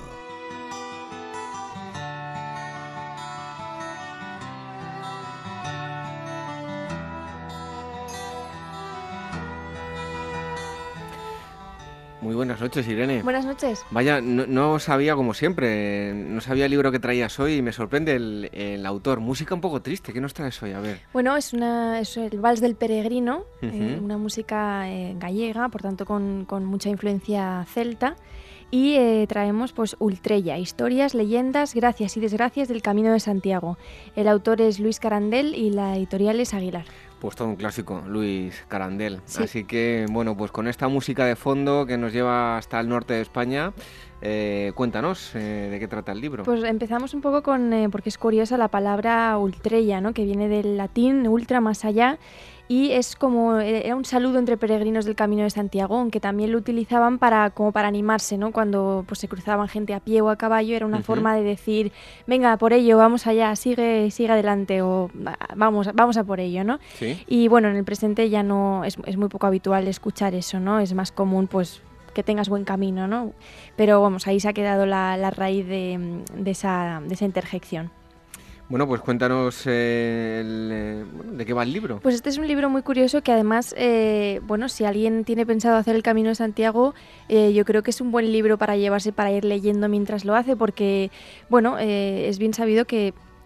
Muy buenas noches, Irene. Buenas noches. Vaya, no sabía, como siempre, no sabía el libro que traías hoy, y me sorprende el autor. Música un poco triste, ¿qué nos traes hoy? A ver. Bueno, es el Vals del Peregrino, una música gallega, por tanto con mucha influencia celta. Y traemos pues Ultrella, historias, leyendas, gracias y desgracias del Camino de Santiago. El autor es Luis Carandel y la editorial es Aguilar. Pues todo un clásico, Luis Carandel. Sí. Así que, bueno, pues con esta música de fondo que nos lleva hasta el norte de España, cuéntanos de qué trata el libro. Pues empezamos un poco porque es curiosa la palabra ultrella, ¿no? Que viene del latín ultra, más allá, y es era un saludo entre peregrinos del Camino de Santiago, aunque también lo utilizaban como para animarse, ¿no? Cuando pues se cruzaban gente a pie o a caballo, era una forma de decir, venga, por ello, vamos allá, sigue adelante, o vamos a por ello, ¿no? ¿Sí? Y bueno, en el presente ya no es muy poco habitual escuchar eso, ¿no? Es más común, pues, que tengas buen camino, ¿no? Pero vamos, ahí se ha quedado la raíz de esa interjección. Bueno, pues cuéntanos de qué va el libro. Pues este es un libro muy curioso que además, si alguien tiene pensado hacer el Camino de Santiago, yo creo que es un buen libro para llevarse, para ir leyendo mientras lo hace, porque, es bien sabido que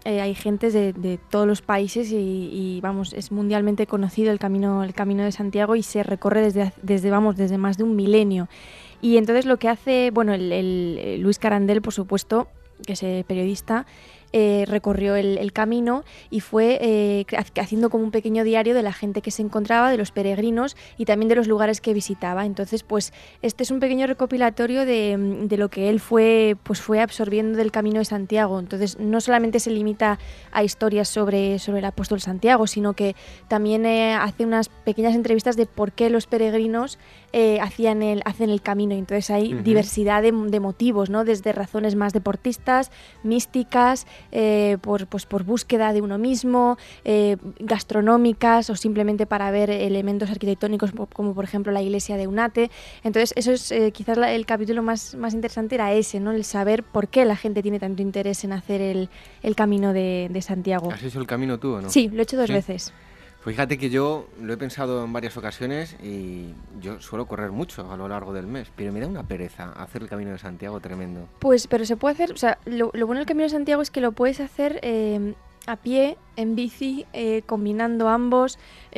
hay gentes de todos los países y vamos, es mundialmente conocido el camino de Santiago y se recorre desde más de un milenio. Y entonces lo que hace, bueno, el Luis Carandel, por supuesto, que es periodista, recorrió el camino y fue haciendo como un pequeño diario de la gente que se encontraba, de los peregrinos y también de los lugares que visitaba. Entonces, pues este es un pequeño recopilatorio de lo que él fue absorbiendo del Camino de Santiago. Entonces, no solamente se limita a historias sobre el apóstol Santiago, sino que también hace unas pequeñas entrevistas de por qué los peregrinos hacen el camino. Entonces hay diversidad de motivos, ¿no? Desde razones más deportistas, místicas, por búsqueda de uno mismo, gastronómicas o simplemente para ver elementos arquitectónicos como por ejemplo la iglesia de Eunate. Entonces eso es quizás el capítulo más interesante era ese, ¿no? El saber por qué la gente tiene tanto interés en hacer el camino de Santiago. ¿Has hecho el camino tú o no? Sí, lo he hecho dos veces. Fíjate que yo lo he pensado en varias ocasiones y yo suelo correr mucho a lo largo del mes, pero me da una pereza hacer el Camino de Santiago tremendo. Pues, pero se puede hacer, o sea, lo bueno del Camino de Santiago es que lo puedes hacer a pie, en bici, combinando ambos,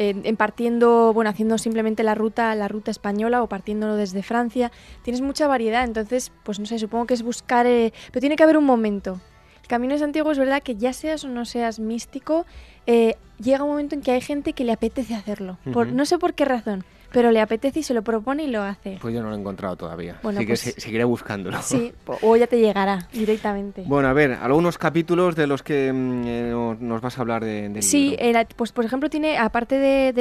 haciendo simplemente la ruta española o partiéndolo desde Francia. Tienes mucha variedad, entonces, pues no sé, supongo que es buscar, pero tiene que haber un momento. El Camino de Santiago es verdad que ya seas o no seas místico, llega un momento en que hay gente que le apetece hacerlo, no sé por qué razón, pero le apetece y se lo propone y lo hace. Pues yo no lo he encontrado todavía, bueno, así pues, que seguiré buscándolo. Sí, o ya te llegará directamente. Bueno, a ver, algunos capítulos de los que nos vas a hablar del sí, libro. Pues por ejemplo tiene, aparte de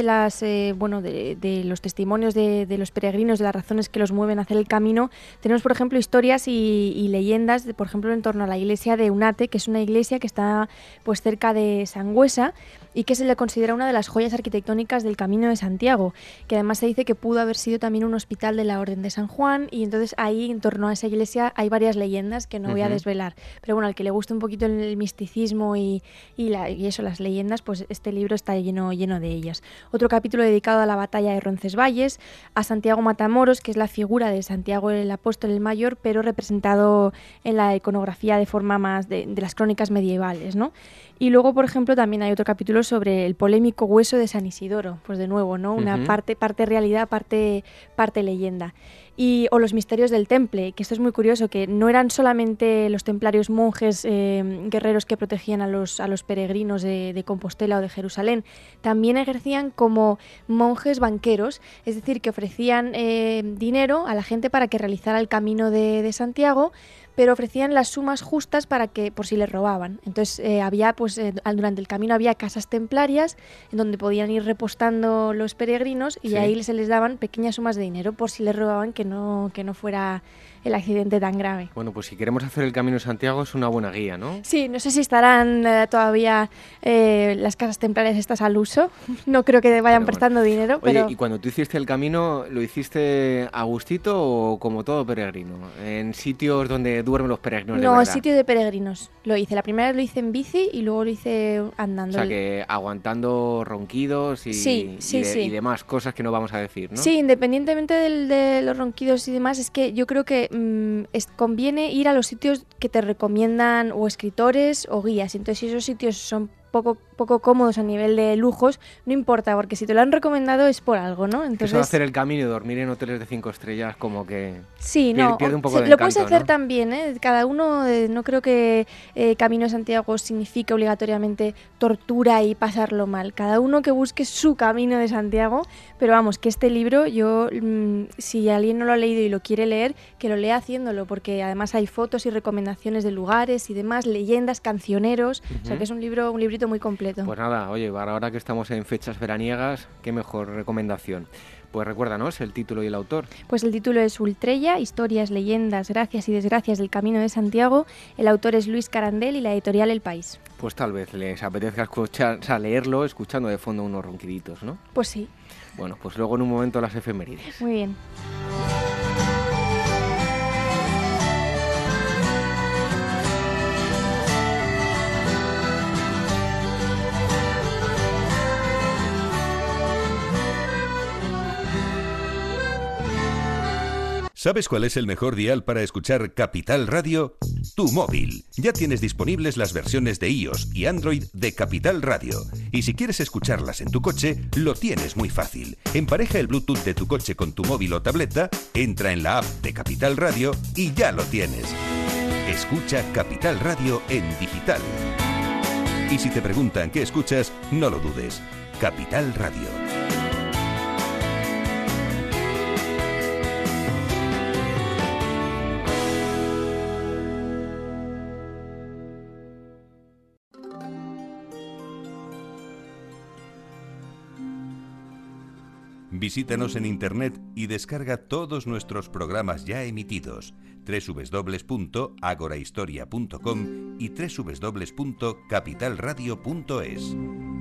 los testimonios de los peregrinos, de las razones que los mueven a hacer el camino, tenemos por ejemplo historias y leyendas, por ejemplo en torno a la iglesia de Eunate, que es una iglesia que está pues cerca de Sangüesa y que se le considera una de las joyas arquitectónicas del Camino de Santiago, que además se dice que pudo haber sido también un hospital de la Orden de San Juan, y entonces ahí en torno a esa iglesia hay varias leyendas que no voy a desvelar, pero bueno, al que le guste un poquito el misticismo y eso, las leyendas, pues este libro está lleno de ellas. Otro capítulo dedicado a la batalla de Roncesvalles, a Santiago Matamoros, que es la figura de Santiago el Apóstol el Mayor, pero representado en la iconografía de forma más de las crónicas medievales, ¿no? Y luego, por ejemplo, también hay otro capítulo sobre el polémico hueso de San Isidoro, pues de nuevo, ¿no? Una parte realidad, parte leyenda. O los misterios del Temple, que esto es muy curioso, que no eran solamente los templarios monjes guerreros que protegían a los peregrinos de Compostela o de Jerusalén, también ejercían como monjes banqueros, es decir, que ofrecían dinero a la gente para que realizara el camino de Santiago, pero ofrecían las sumas justas para que, por si les robaban. Entonces durante el camino había casas templarias en donde podían ir repostando los peregrinos y ahí se les daban pequeñas sumas de dinero por si les robaban, que no fuera el accidente tan grave. Bueno, pues si queremos hacer el Camino de Santiago es una buena guía, ¿no? Sí, no sé si estarán todavía las casas templarias estas al uso. No creo que vayan prestando dinero. Oye, pero... ¿y cuando tú hiciste el camino, lo hiciste a gustito o como todo peregrino? ¿En sitios donde duermen los peregrinos de verdad? No, sitio de peregrinos. Lo hice. La primera vez lo hice en bici y luego lo hice andando. O sea, que aguantando ronquidos y demás cosas que no vamos a decir, ¿no? Sí, independientemente de los ronquidos y demás, es que yo creo que conviene ir a los sitios que te recomiendan o escritores o guías. Entonces, si esos sitios son poco cómodos a nivel de lujos, no importa, porque si te lo han recomendado es por algo, ¿no? Entonces, eso de hacer el camino y dormir en hoteles de 5 estrellas como que pierde un poco de lo puedes encanto, hacer, ¿no? también, ¿eh? Cada uno, no creo que Camino de Santiago signifique obligatoriamente tortura y pasarlo mal. Cada uno que busque su Camino de Santiago, pero vamos, que este libro si alguien no lo ha leído y lo quiere leer, que lo lea haciéndolo, porque además hay fotos y recomendaciones de lugares y demás, leyendas, cancioneros, o sea que es un librito muy completo. Pues nada, oye, ahora que estamos en fechas veraniegas, qué mejor recomendación. Pues recuérdanos el título y el autor. Pues el título es Ultrella, historias, leyendas, gracias y desgracias del Camino de Santiago. El autor es Luis Carandel y la editorial El País. Pues tal vez les apetezca leerlo escuchando de fondo unos ronquiditos, ¿no? Pues sí. Bueno, pues luego en un momento las efemérides. Muy bien. ¿Sabes cuál es el mejor dial para escuchar Capital Radio? Tu móvil. Ya tienes disponibles las versiones de iOS y Android de Capital Radio. Y si quieres escucharlas en tu coche, lo tienes muy fácil. Empareja el Bluetooth de tu coche con tu móvil o tableta, entra en la app de Capital Radio y ya lo tienes. Escucha Capital Radio en digital. Y si te preguntan qué escuchas, no lo dudes. Capital Radio. Visítanos en internet y descarga todos nuestros programas ya emitidos, www.agorahistoria.com y www.capitalradio.es.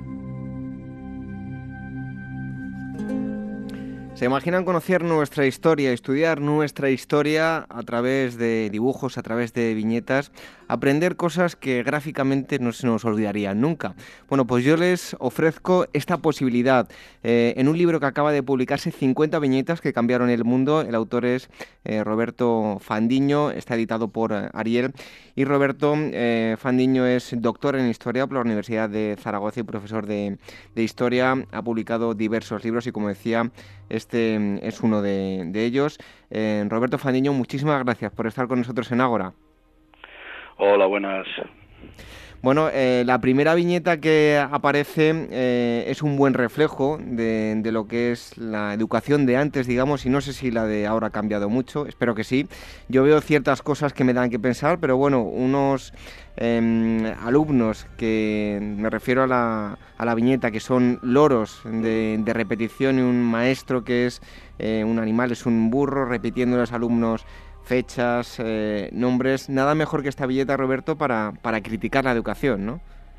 ¿Se imaginan conocer nuestra historia, estudiar nuestra historia a través de dibujos, a través de viñetas, aprender cosas que gráficamente no se nos olvidarían nunca? Bueno, pues yo les ofrezco esta posibilidad en un libro que acaba de publicarse, 50 viñetas que cambiaron el mundo. El autor es Roberto Fandiño, está editado por Ariel. Y Roberto Fandiño es doctor en Historia por la Universidad de Zaragoza y profesor de Historia. Ha publicado diversos libros y, como decía, este es uno de ellos. Roberto Fandiño, muchísimas gracias por estar con nosotros en Ágora. Hola, buenas. Bueno, la primera viñeta que aparece es un buen reflejo de lo que es la educación de antes, digamos, y no sé si la de ahora ha cambiado mucho, espero que sí. Yo veo ciertas cosas que me dan que pensar, pero bueno, unos alumnos que, me refiero a la viñeta, que son loros de repetición, y un maestro que es un animal, es un burro, repitiendo a los alumnos fechas, nombres. Nada mejor que esta viñeta, Roberto, para criticar la educación, ¿no?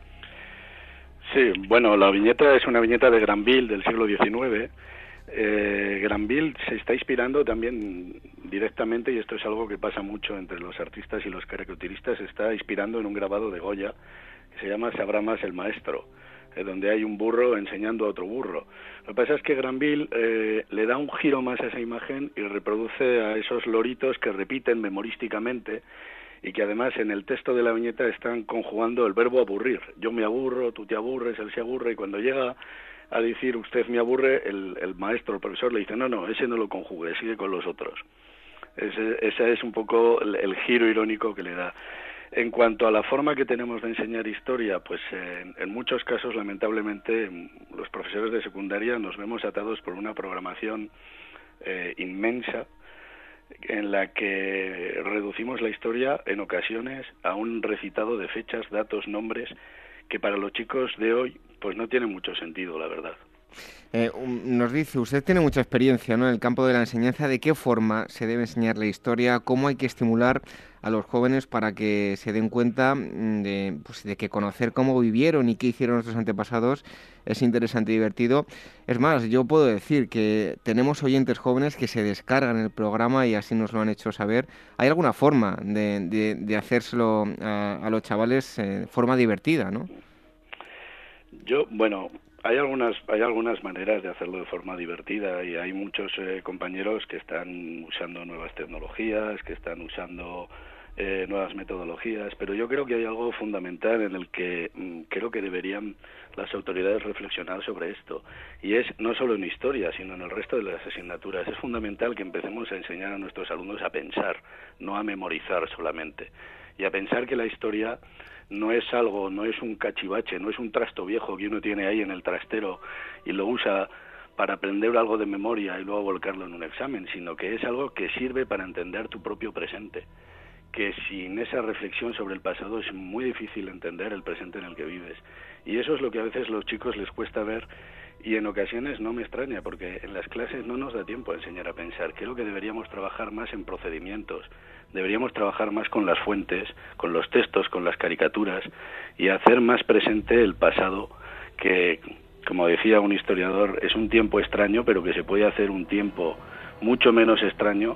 Sí, bueno, la viñeta es una viñeta de Granville del siglo XIX. Granville se está inspirando también directamente, y esto es algo que pasa mucho entre los artistas y los caricaturistas, se está inspirando en un grabado de Goya que se llama Sabrá más el maestro, donde hay un burro enseñando a otro burro. Lo que pasa es que Granville le da un giro más a esa imagen y reproduce a esos loritos que repiten memorísticamente y que además en el texto de la viñeta están conjugando el verbo aburrir. Yo me aburro, tú te aburres, él se aburre, y cuando llega a decir usted me aburre, el maestro, el profesor le dice no, ese no lo conjugue, sigue con los otros. Ese es un poco el giro irónico que le da. En cuanto a la forma que tenemos de enseñar historia, pues en muchos casos, lamentablemente, los profesores de secundaria nos vemos atados por una programación inmensa, en la que reducimos la historia en ocasiones a un recitado de fechas, datos, nombres, que para los chicos de hoy pues no tiene mucho sentido, la verdad. Nos dice, usted tiene mucha experiencia, ¿no?, en el campo de la enseñanza. ¿De qué forma se debe enseñar la historia? ¿Cómo hay que estimular a los jóvenes para que se den cuenta de que conocer cómo vivieron y qué hicieron nuestros antepasados es interesante y divertido? Es más, yo puedo decir que tenemos oyentes jóvenes que se descargan el programa y así nos lo han hecho saber. ¿Hay alguna forma de hacérselo a los chavales de forma divertida, no? Hay algunas maneras de hacerlo de forma divertida, y hay muchos compañeros que están usando nuevas tecnologías, que están usando nuevas metodologías, pero yo creo que hay algo fundamental en el que creo que deberían las autoridades reflexionar sobre esto, y es no solo en historia, sino en el resto de las asignaturas. Es fundamental que empecemos a enseñar a nuestros alumnos a pensar, no a memorizar solamente, y a pensar que la historia no es un cachivache, no es un trasto viejo que uno tiene ahí en el trastero y lo usa para aprender algo de memoria y luego volcarlo en un examen, sino que es algo que sirve para entender tu propio presente, que sin esa reflexión sobre el pasado es muy difícil entender el presente en el que vives. Y eso es lo que a veces a los chicos les cuesta ver, y en ocasiones no me extraña, porque en las clases no nos da tiempo a enseñar a pensar. Creo que deberíamos trabajar más en procedimientos, deberíamos trabajar más con las fuentes, con los textos, con las caricaturas, y hacer más presente el pasado, que, como decía un historiador, es un tiempo extraño, pero que se puede hacer un tiempo mucho menos extraño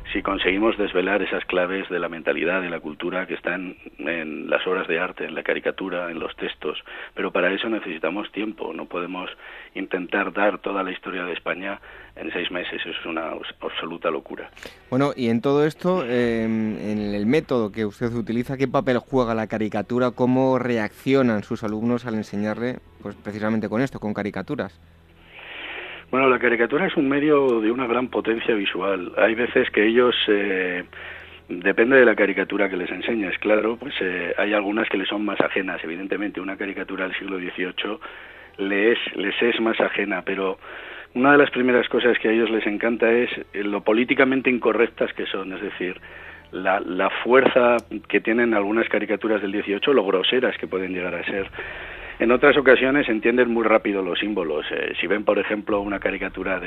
si conseguimos desvelar esas claves de la mentalidad, de la cultura que están en las obras de arte, en la caricatura, en los textos. Pero para eso necesitamos tiempo, no podemos intentar dar toda la historia de España en 6 meses, eso es una absoluta locura. Bueno, y en todo esto, en el método que usted utiliza, ¿qué papel juega la caricatura? ¿Cómo reaccionan sus alumnos al enseñarle, pues precisamente con esto, con caricaturas? Bueno, la caricatura es un medio de una gran potencia visual. Hay veces que ellos, depende de la caricatura que les enseñes, claro, pues hay algunas que les son más ajenas. Evidentemente, una caricatura del siglo XVIII les es más ajena, pero una de las primeras cosas que a ellos les encanta es lo políticamente incorrectas que son, es decir, la fuerza que tienen algunas caricaturas del XVIII, lo groseras que pueden llegar a ser. En otras ocasiones entienden muy rápido los símbolos. Si ven, por ejemplo, una caricatura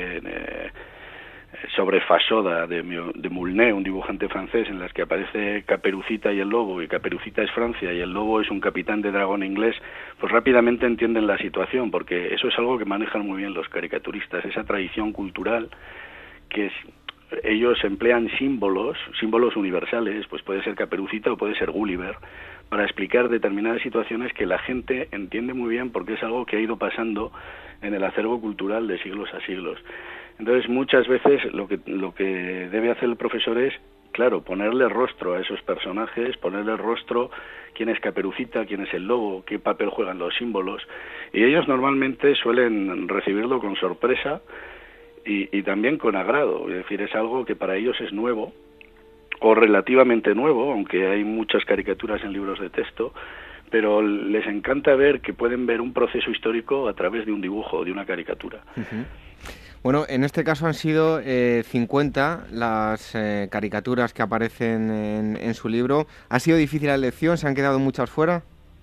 sobre Fasoda de Moulnet, un dibujante francés, en las que aparece Caperucita y el lobo, y Caperucita es Francia y el lobo es un capitán de dragón inglés, pues rápidamente entienden la situación, porque eso es algo que manejan muy bien los caricaturistas, esa tradición cultural que ellos emplean símbolos universales, pues puede ser Caperucita o puede ser Gulliver, para explicar determinadas situaciones que la gente entiende muy bien porque es algo que ha ido pasando en el acervo cultural de siglos a siglos. Entonces, muchas veces lo que debe hacer el profesor es, claro, ponerle rostro a esos personajes, ponerle rostro quién es Caperucita, quién es el lobo, qué papel juegan los símbolos, y ellos normalmente suelen recibirlo con sorpresa y también con agrado, es decir, es algo que para ellos es nuevo, o relativamente nuevo, aunque hay muchas caricaturas en libros de texto, pero les encanta ver que pueden ver un proceso histórico a través de un dibujo, de una caricatura. Uh-huh. Bueno, en este caso han sido 50 las caricaturas que aparecen en su libro. ¿Ha sido difícil la elección? ¿Se han quedado muchas fuera?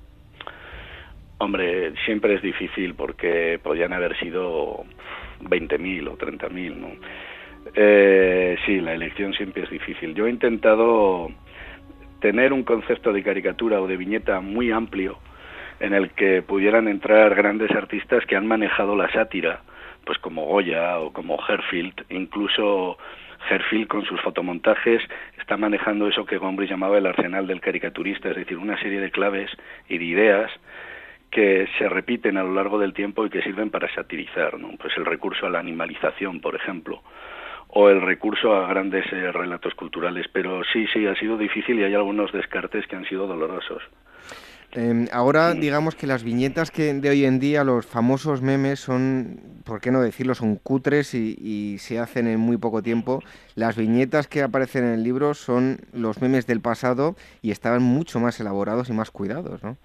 Hombre, siempre es difícil porque podrían haber sido 20.000 o 30.000, ¿no? Sí, la elección siempre es difícil. Yo he intentado tener un concepto de caricatura o de viñeta muy amplio en el que pudieran entrar grandes artistas que han manejado la sátira, pues como Goya o como Herfield. Incluso Herfield con sus fotomontajes está manejando eso que Gombrich llamaba el arsenal del caricaturista, es decir, una serie de claves y de ideas que se repiten a lo largo del tiempo y que sirven para satirizar, ¿no? Pues el recurso a la animalización, por ejemplo, o el recurso a grandes relatos culturales. Pero sí, ha sido difícil y hay algunos descartes que han sido dolorosos. Ahora, digamos que las viñetas de hoy en día, los famosos memes son, ¿por qué no decirlo?, son cutres y se hacen en muy poco tiempo. Las viñetas que aparecen en el libro son los memes del pasado y estaban mucho más elaborados y más cuidados, ¿no?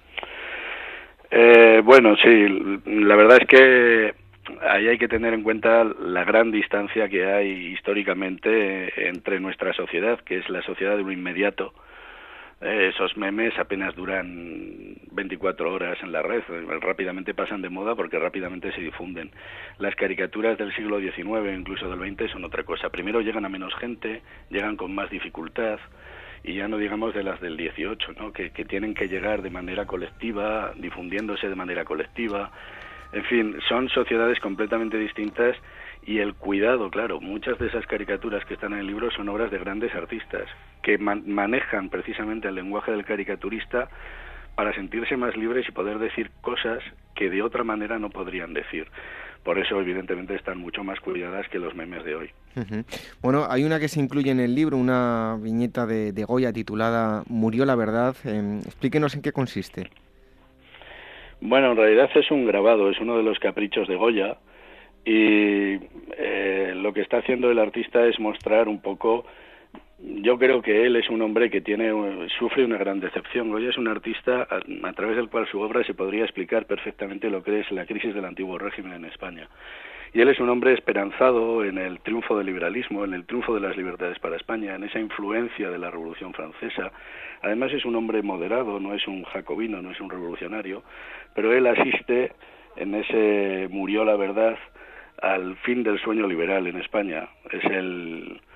Bueno, sí, la verdad es que ahí hay que tener en cuenta la gran distancia que hay históricamente entre nuestra sociedad, que es la sociedad de lo inmediato. Esos memes apenas duran 24 horas en la red, rápidamente pasan de moda porque rápidamente se difunden. Las caricaturas del siglo XIX, incluso del XX, son otra cosa. Primero llegan a menos gente, llegan con más dificultad, y ya no digamos de las del 18, ¿no? Que tienen que llegar de manera colectiva, difundiéndose de manera colectiva. En fin, son sociedades completamente distintas y el cuidado, claro, muchas de esas caricaturas que están en el libro son obras de grandes artistas que manejan precisamente el lenguaje del caricaturista para sentirse más libres y poder decir cosas que de otra manera no podrían decir. Por eso, evidentemente, están mucho más cuidadas que los memes de hoy. Uh-huh. Bueno, hay una que se incluye en el libro, una viñeta de Goya titulada Murió la verdad. Explíquenos en qué consiste. Bueno, en realidad es un grabado, es uno de los caprichos de Goya, y lo que está haciendo el artista es mostrar un poco. Yo creo que él es un hombre que sufre una gran decepción. Goya es un artista a través del cual su obra se podría explicar perfectamente lo que es la crisis del antiguo régimen en España. Y él es un hombre esperanzado en el triunfo del liberalismo, en el triunfo de las libertades para España, en esa influencia de la Revolución Francesa. Además es un hombre moderado, no es un jacobino, no es un revolucionario, pero él asiste en ese Murió la verdad al fin del sueño liberal en España. Es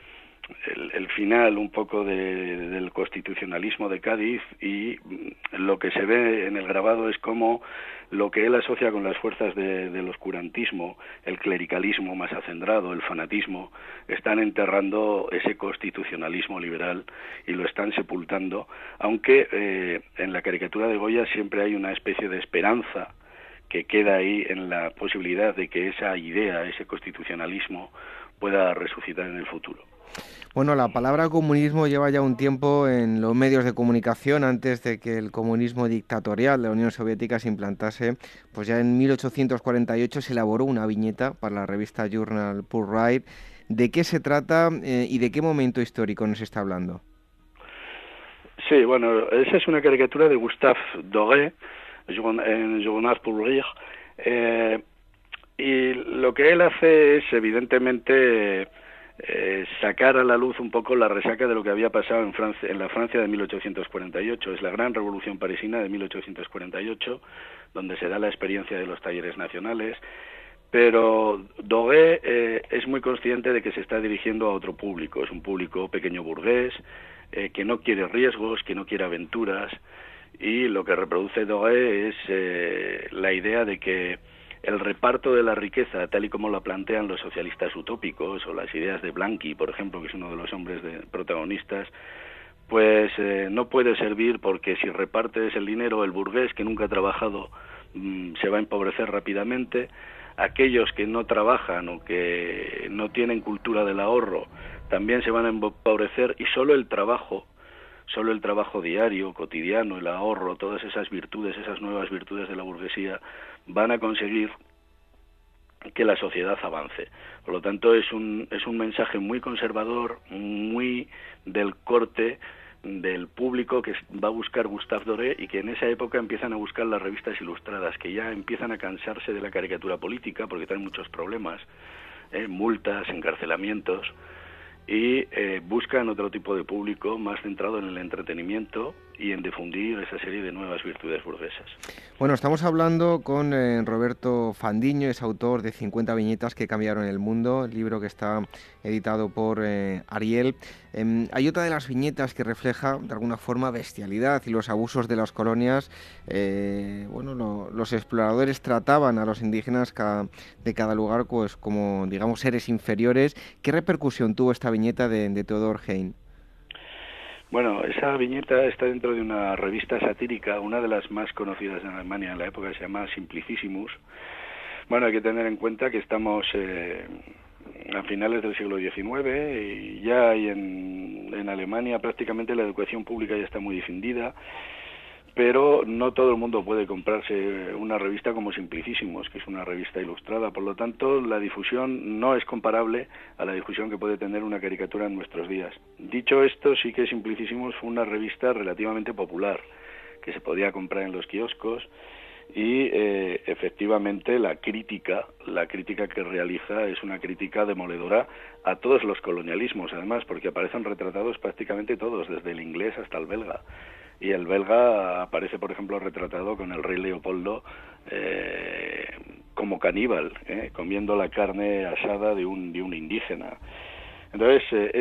el final un poco del constitucionalismo de Cádiz, y lo que se ve en el grabado es cómo lo que él asocia con las fuerzas del oscurantismo, el clericalismo más acendrado, el fanatismo, están enterrando ese constitucionalismo liberal y lo están sepultando, aunque en la caricatura de Goya siempre hay una especie de esperanza que queda ahí en la posibilidad de que esa idea, ese constitucionalismo, pueda resucitar en el futuro. Bueno, la palabra comunismo lleva ya un tiempo en los medios de comunicación antes de que el comunismo dictatorial de la Unión Soviética se implantase. Pues ya en 1848 se elaboró una viñeta para la revista Journal pour Rire. ¿De qué se trata y de qué momento histórico nos está hablando? Sí, bueno, esa es una caricatura de Gustave Doré en Journal pour Rire. Y lo que él hace es, evidentemente, sacar a la luz un poco la resaca de lo que había pasado en la Francia de 1848. Es la gran revolución parisina de 1848, donde se da la experiencia de los talleres nacionales, pero Doré es muy consciente de que se está dirigiendo a otro público. Es un público pequeño burgués, que no quiere riesgos, que no quiere aventuras, y lo que reproduce Doré es la idea de que el reparto de la riqueza, tal y como lo plantean los socialistas utópicos o las ideas de Blanqui, por ejemplo, que es uno de los hombres protagonistas, pues no puede servir, porque si repartes el dinero, el burgués que nunca ha trabajado se va a empobrecer rápidamente. Aquellos que no trabajan o que no tienen cultura del ahorro también se van a empobrecer, y solo el trabajo diario, cotidiano, el ahorro, todas esas virtudes, esas nuevas virtudes de la burguesía, van a conseguir que la sociedad avance. Por lo tanto, es un mensaje muy conservador, muy del corte del público que va a buscar Gustave Doré, y que en esa época empiezan a buscar las revistas ilustradas, que ya empiezan a cansarse de la caricatura política porque traen muchos problemas, multas, encarcelamientos, y buscan otro tipo de público más centrado en el entretenimiento y en difundir esa serie de nuevas virtudes burguesas. Bueno, estamos hablando con Roberto Fandiño, es autor de 50 viñetas que cambiaron el mundo, libro que está editado por Ariel. Hay otra de las viñetas que refleja de alguna forma bestialidad y los abusos de las colonias. Los exploradores trataban a los indígenas de cada lugar pues como, digamos, seres inferiores. ¿Qué repercusión tuvo esta viñeta de Theodor Heine? Bueno, esa viñeta está dentro de una revista satírica, una de las más conocidas en Alemania en la época, se llama Simplicissimus. Bueno, hay que tener en cuenta que estamos a finales del siglo XIX y ya hay en Alemania prácticamente la educación pública ya está muy difundida, pero no todo el mundo puede comprarse una revista como Simplicissimus, que es una revista ilustrada. Por lo tanto, la difusión no es comparable a la difusión que puede tener una caricatura en nuestros días. Dicho esto, sí que Simplicissimus fue una revista relativamente popular, que se podía comprar en los kioscos, y efectivamente la crítica que realiza es una crítica demoledora a todos los colonialismos, además, porque aparecen retratados prácticamente todos, desde el inglés hasta el belga. Y el belga aparece, por ejemplo, retratado con el rey Leopoldo como caníbal, comiendo la carne asada de un indígena. Entonces,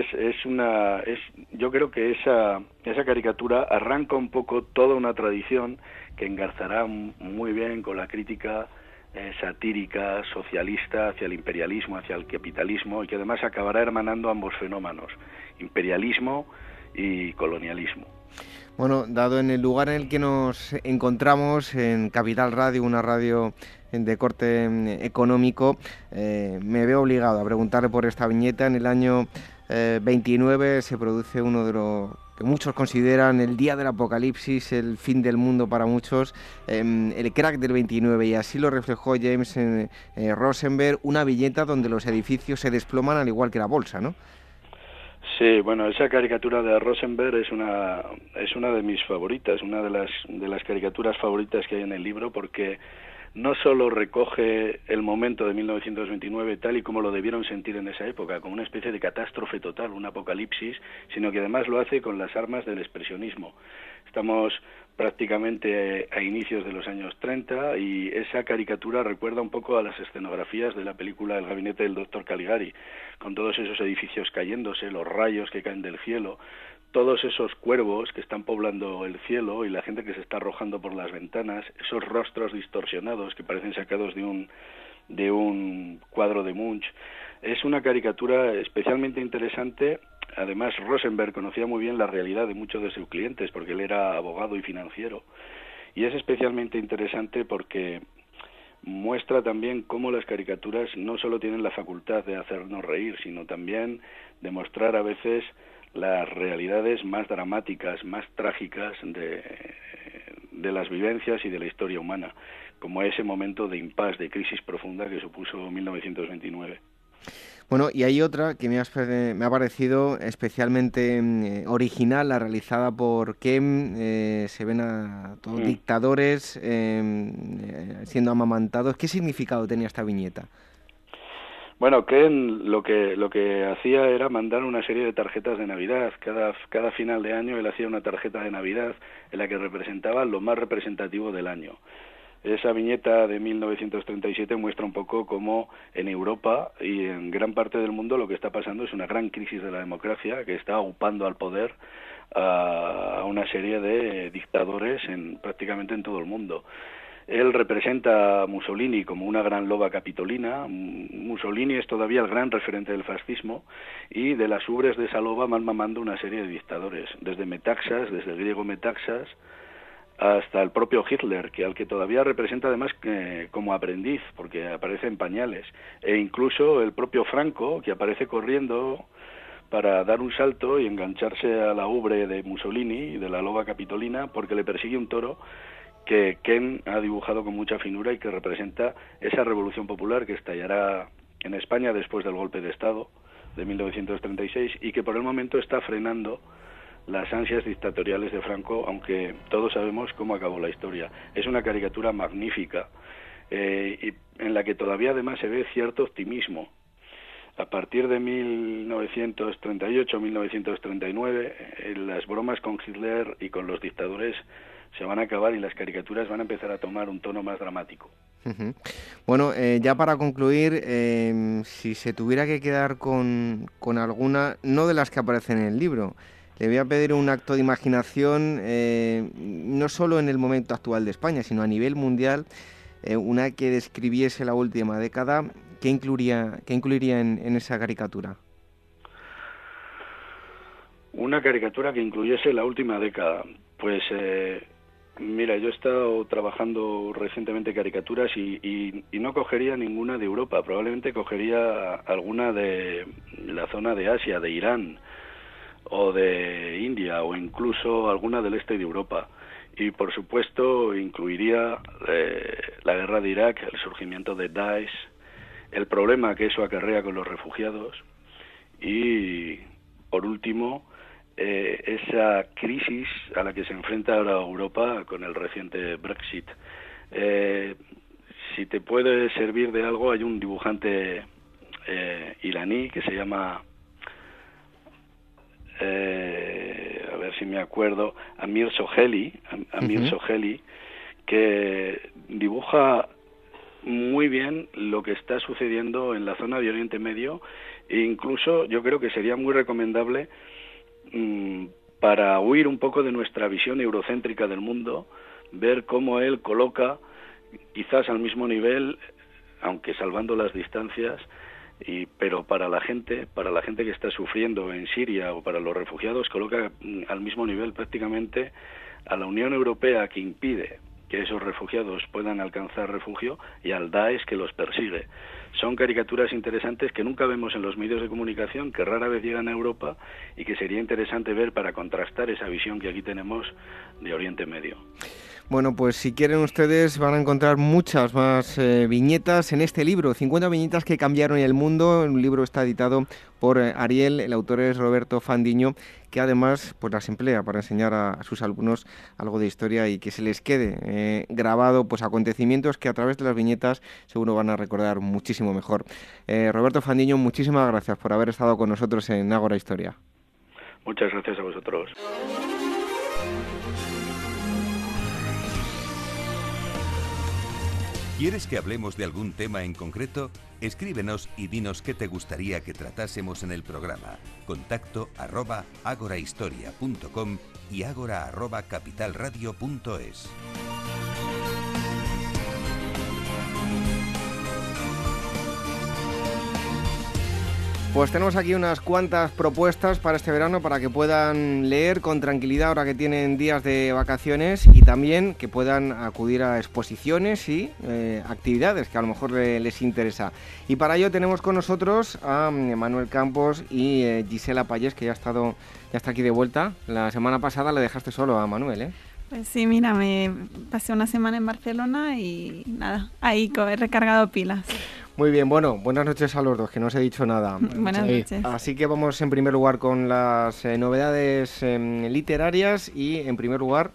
yo creo que esa caricatura arranca un poco toda una tradición que engarzará muy bien con la crítica satírica, socialista, hacia el imperialismo, hacia el capitalismo, y que además acabará hermanando ambos fenómenos, imperialismo y colonialismo. Bueno, dado en el lugar en el que nos encontramos, en Capital Radio, una radio de corte económico, me veo obligado a preguntarle por esta viñeta. En el año 29 se produce uno de los que muchos consideran el día del apocalipsis, el fin del mundo para muchos, el crack del 29, y así lo reflejó James Rosenberg, una viñeta donde los edificios se desploman al igual que la bolsa, ¿no? Sí, bueno, esa caricatura de Rosenberg es una de mis favoritas, una de las caricaturas favoritas que hay en el libro, porque no solo recoge el momento de 1929 tal y como lo debieron sentir en esa época, como una especie de catástrofe total, un apocalipsis, sino que además lo hace con las armas del expresionismo. Estamos prácticamente a inicios de los años 30, y esa caricatura recuerda un poco a las escenografías de la película El gabinete del doctor Caligari, con todos esos edificios cayéndose, los rayos que caen del cielo, todos esos cuervos que están poblando el cielo y la gente que se está arrojando por las ventanas, esos rostros distorsionados que parecen sacados de un cuadro de Munch. Es una caricatura especialmente interesante. Además, Rosenberg conocía muy bien la realidad de muchos de sus clientes, porque él era abogado y financiero. Y es especialmente interesante porque muestra también cómo las caricaturas no solo tienen la facultad de hacernos reír, sino también de mostrar a veces las realidades más dramáticas, más trágicas de las vivencias y de la historia humana, como ese momento de impasse, de crisis profunda que supuso 1929. Bueno, y hay otra que me ha parecido especialmente original, la realizada por Kem. Se ven a todos dictadores siendo amamantados. ¿Qué significado tenía esta viñeta? Bueno, Ken lo que hacía era mandar una serie de tarjetas de Navidad. Cada final de año él hacía una tarjeta de Navidad en la que representaba lo más representativo del año. Esa viñeta de 1937 muestra un poco cómo en Europa y en gran parte del mundo lo que está pasando es una gran crisis de la democracia que está upando al poder a una serie de dictadores prácticamente en todo el mundo. Él representa a Mussolini como una gran loba capitolina. Mussolini es todavía el gran referente del fascismo, y de las ubres de esa loba van mamando una serie de dictadores, desde Metaxas, desde el griego Metaxas, hasta el propio Hitler, al que todavía representa además como aprendiz, porque aparece en pañales, e incluso el propio Franco, que aparece corriendo para dar un salto y engancharse a la ubre de Mussolini y de la loba capitolina, porque le persigue un toro que Ken ha dibujado con mucha finura y que representa esa revolución popular que estallará en España después del golpe de Estado de 1936 y que por el momento está frenando las ansias dictatoriales de Franco, aunque todos sabemos cómo acabó la historia. Es una caricatura magnífica y en la que todavía además se ve cierto optimismo. A partir de 1938-1939, las bromas con Hitler y con los dictadores se van a acabar y las caricaturas van a empezar a tomar un tono más dramático. Uh-huh. Bueno, ya para concluir, si se tuviera que quedar con alguna, no de las que aparecen en el libro, le voy a pedir un acto de imaginación, no solo en el momento actual de España, sino a nivel mundial, una que describiese la última década. ¿Qué incluiría en esa caricatura? Una caricatura que incluyese la última década. Pues mira, yo he estado trabajando recientemente caricaturas y no cogería ninguna de Europa. Probablemente cogería alguna de la zona de Asia, de Irán, o de India, o incluso alguna del este de Europa. Y por supuesto incluiría la guerra de Irak, el surgimiento de Daesh, el problema que eso acarrea con los refugiados y, por último, esa crisis a la que se enfrenta ahora Europa con el reciente Brexit. Si te puede servir de algo, hay un dibujante iraní que se llama, a ver si me acuerdo, Amir Soheli, que dibuja muy bien lo que está sucediendo en la zona de Oriente Medio, e incluso yo creo que sería muy recomendable para huir un poco de nuestra visión eurocéntrica del mundo, ver cómo él coloca, quizás al mismo nivel, aunque salvando las distancias, pero para la gente que está sufriendo en Siria o para los refugiados, coloca al mismo nivel prácticamente a la Unión Europea, que impide que esos refugiados puedan alcanzar refugio, y al Daesh, que los persigue. Son caricaturas interesantes que nunca vemos en los medios de comunicación, que rara vez llegan a Europa y que sería interesante ver para contrastar esa visión que aquí tenemos de Oriente Medio. Bueno, pues si quieren ustedes van a encontrar muchas más viñetas en este libro, 50 viñetas que cambiaron el mundo. Un libro está editado por Ariel, el autor es Roberto Fandiño, que además pues las emplea para enseñar a sus alumnos algo de historia y que se les quede grabado pues acontecimientos que a través de las viñetas seguro van a recordar muchísimo mejor. Roberto Fandiño, muchísimas gracias por haber estado con nosotros en Ágora Historia. Muchas gracias a vosotros. ¿Quieres que hablemos de algún tema en concreto? Escríbenos y dinos qué te gustaría que tratásemos en el programa. Contacto @agorahistoria.com y agora@capitalradio.es. Pues tenemos aquí unas cuantas propuestas para este verano para que puedan leer con tranquilidad ahora que tienen días de vacaciones y también que puedan acudir a exposiciones y actividades que a lo mejor les interesa. Y para ello tenemos con nosotros a Manuel Campos y Gisela Payés, que ya está aquí de vuelta. La semana pasada le dejaste solo a Manuel, ¿eh? Pues sí, mira, me pasé una semana en Barcelona y nada, ahí he recargado pilas. Muy bien, bueno, buenas noches a los dos, que no os he dicho nada. Buenas noches. Así que vamos en primer lugar con las novedades literarias y en primer lugar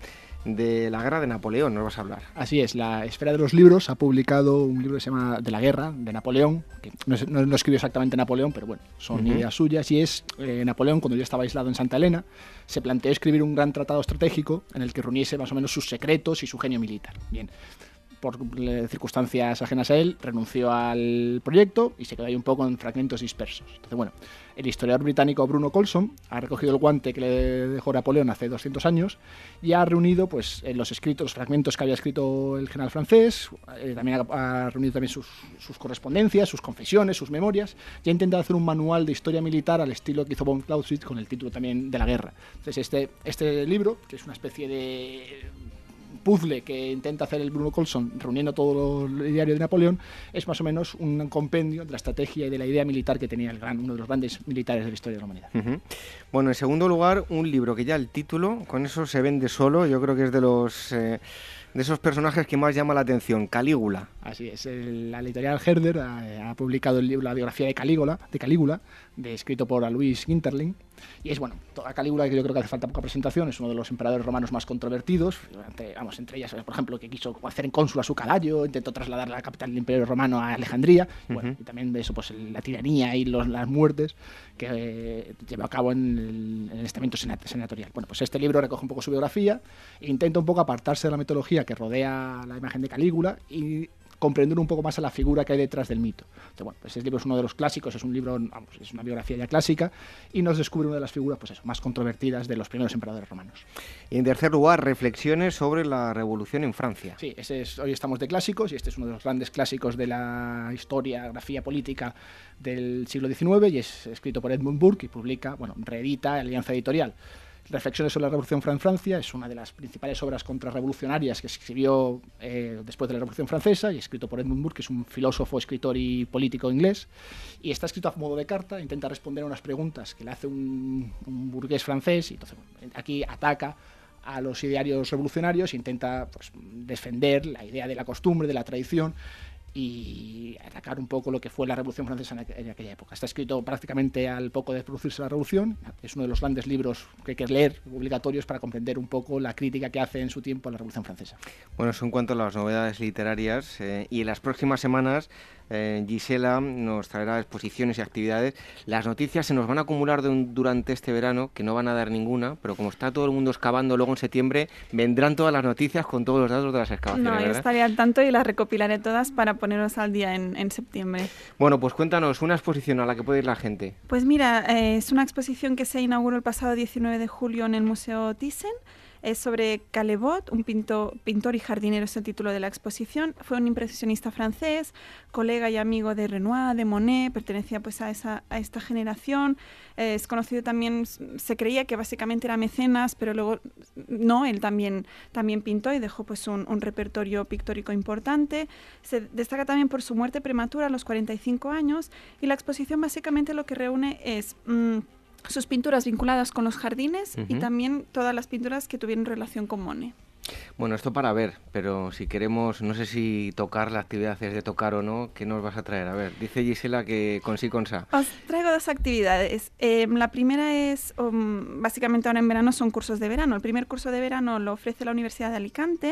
de la guerra de Napoleón, nos vas a hablar. Así es, la Esfera de los Libros ha publicado un libro que se llama De la guerra de Napoleón, que no escribió exactamente Napoleón, pero bueno, son ideas suyas, y es Napoleón, cuando ya estaba aislado en Santa Elena, se planteó escribir un gran tratado estratégico en el que reuniese más o menos sus secretos y su genio militar. Bien, por circunstancias ajenas a él, renunció al proyecto y se quedó ahí un poco en fragmentos dispersos. Entonces, bueno, el historiador británico Bruno Colson ha recogido el guante que le dejó Napoleón hace 200 años y ha reunido pues, los escritos, los fragmentos que había escrito el general francés, también ha reunido también sus correspondencias, sus confesiones, sus memorias, y ha intentado hacer un manual de historia militar al estilo que hizo von Clausewitz con el título también de la guerra. Entonces, este libro, que es una especie de puzzle que intenta hacer el Bruno Colson reuniendo todo el diario de Napoleón, es más o menos un compendio de la estrategia y de la idea militar que tenía uno de los grandes militares de la historia de la humanidad. Bueno, en segundo lugar, un libro que ya el título, con eso se vende solo, yo creo que es de esos personajes que más llama la atención, Calígula. Así es, la editorial Herder ha publicado el libro, la biografía de Calígula, escrito por Alois Ginterling, y es, bueno, toda Calígula, que yo creo que hace falta poca presentación, es uno de los emperadores romanos más controvertidos, entre ellas, por ejemplo, que quiso hacer en cónsul a su caballo, intentó trasladar la capital del Imperio Romano a Alejandría, bueno, y también de eso, pues la tiranía y las muertes que llevó a cabo en el estamento senatorial. Bueno, pues este libro recoge un poco su biografía e intenta un poco apartarse de la mitología que rodea la imagen de Calígula y comprender un poco más a la figura que hay detrás del mito. Entonces, bueno, pues este libro es uno de los clásicos, es un libro, es una biografía ya clásica y nos descubre una de las figuras, pues eso, más controvertidas de los primeros emperadores romanos. Y en tercer lugar, reflexiones sobre la Revolución en Francia. Sí, hoy estamos de clásicos y este es uno de los grandes clásicos de la historiografía política del siglo XIX y es escrito por Edmund Burke y publica, reedita Alianza Editorial. Reflexiones sobre la Revolución en Francia es una de las principales obras contrarrevolucionarias que escribió después de la Revolución Francesa y escrito por Edmund Burke, que es un filósofo, escritor y político inglés, y está escrito a modo de carta, intenta responder a unas preguntas que le hace un burgués francés y entonces aquí ataca a los idearios revolucionarios e intenta defender la idea de la costumbre, de la tradición y atacar un poco lo que fue la Revolución Francesa en aquella época. Está escrito prácticamente al poco de producirse la Revolución, es uno de los grandes libros que hay que leer, obligatorios, para comprender un poco la crítica que hace en su tiempo a la Revolución Francesa. Bueno, eso en cuanto a las novedades literarias, y en las próximas semanas Gisela nos traerá exposiciones y actividades. Las noticias se nos van a acumular durante este verano, que no van a dar ninguna, pero como está todo el mundo excavando, luego en septiembre vendrán todas las noticias con todos los datos de las excavaciones. No, yo estaré al tanto y las recopilaré todas para ponernos al día en septiembre. Bueno, pues cuéntanos una exposición a la que puede ir la gente. Pues mira, es una exposición que se inauguró el pasado 19 de julio en el Museo Thyssen. Es sobre Caillebotte, un pintor y jardinero, es el título de la exposición. Fue un impresionista francés, colega y amigo de Renoir, de Monet, pertenecía pues a esta generación. Es conocido también, se creía que básicamente era mecenas, pero luego no, él también pintó y dejó pues un repertorio pictórico importante. Se destaca también por su muerte prematura a los 45 años y la exposición básicamente lo que reúne es sus pinturas vinculadas con los jardines y también todas las pinturas que tuvieron relación con Monet. Bueno, esto para ver, pero si queremos, no sé si tocar, la actividad es de tocar o no, ¿qué nos vas a traer? A ver, dice Gisela que con sí, con sa. Os traigo dos actividades. La primera es, básicamente ahora en verano, son cursos de verano. El primer curso de verano lo ofrece la Universidad de Alicante.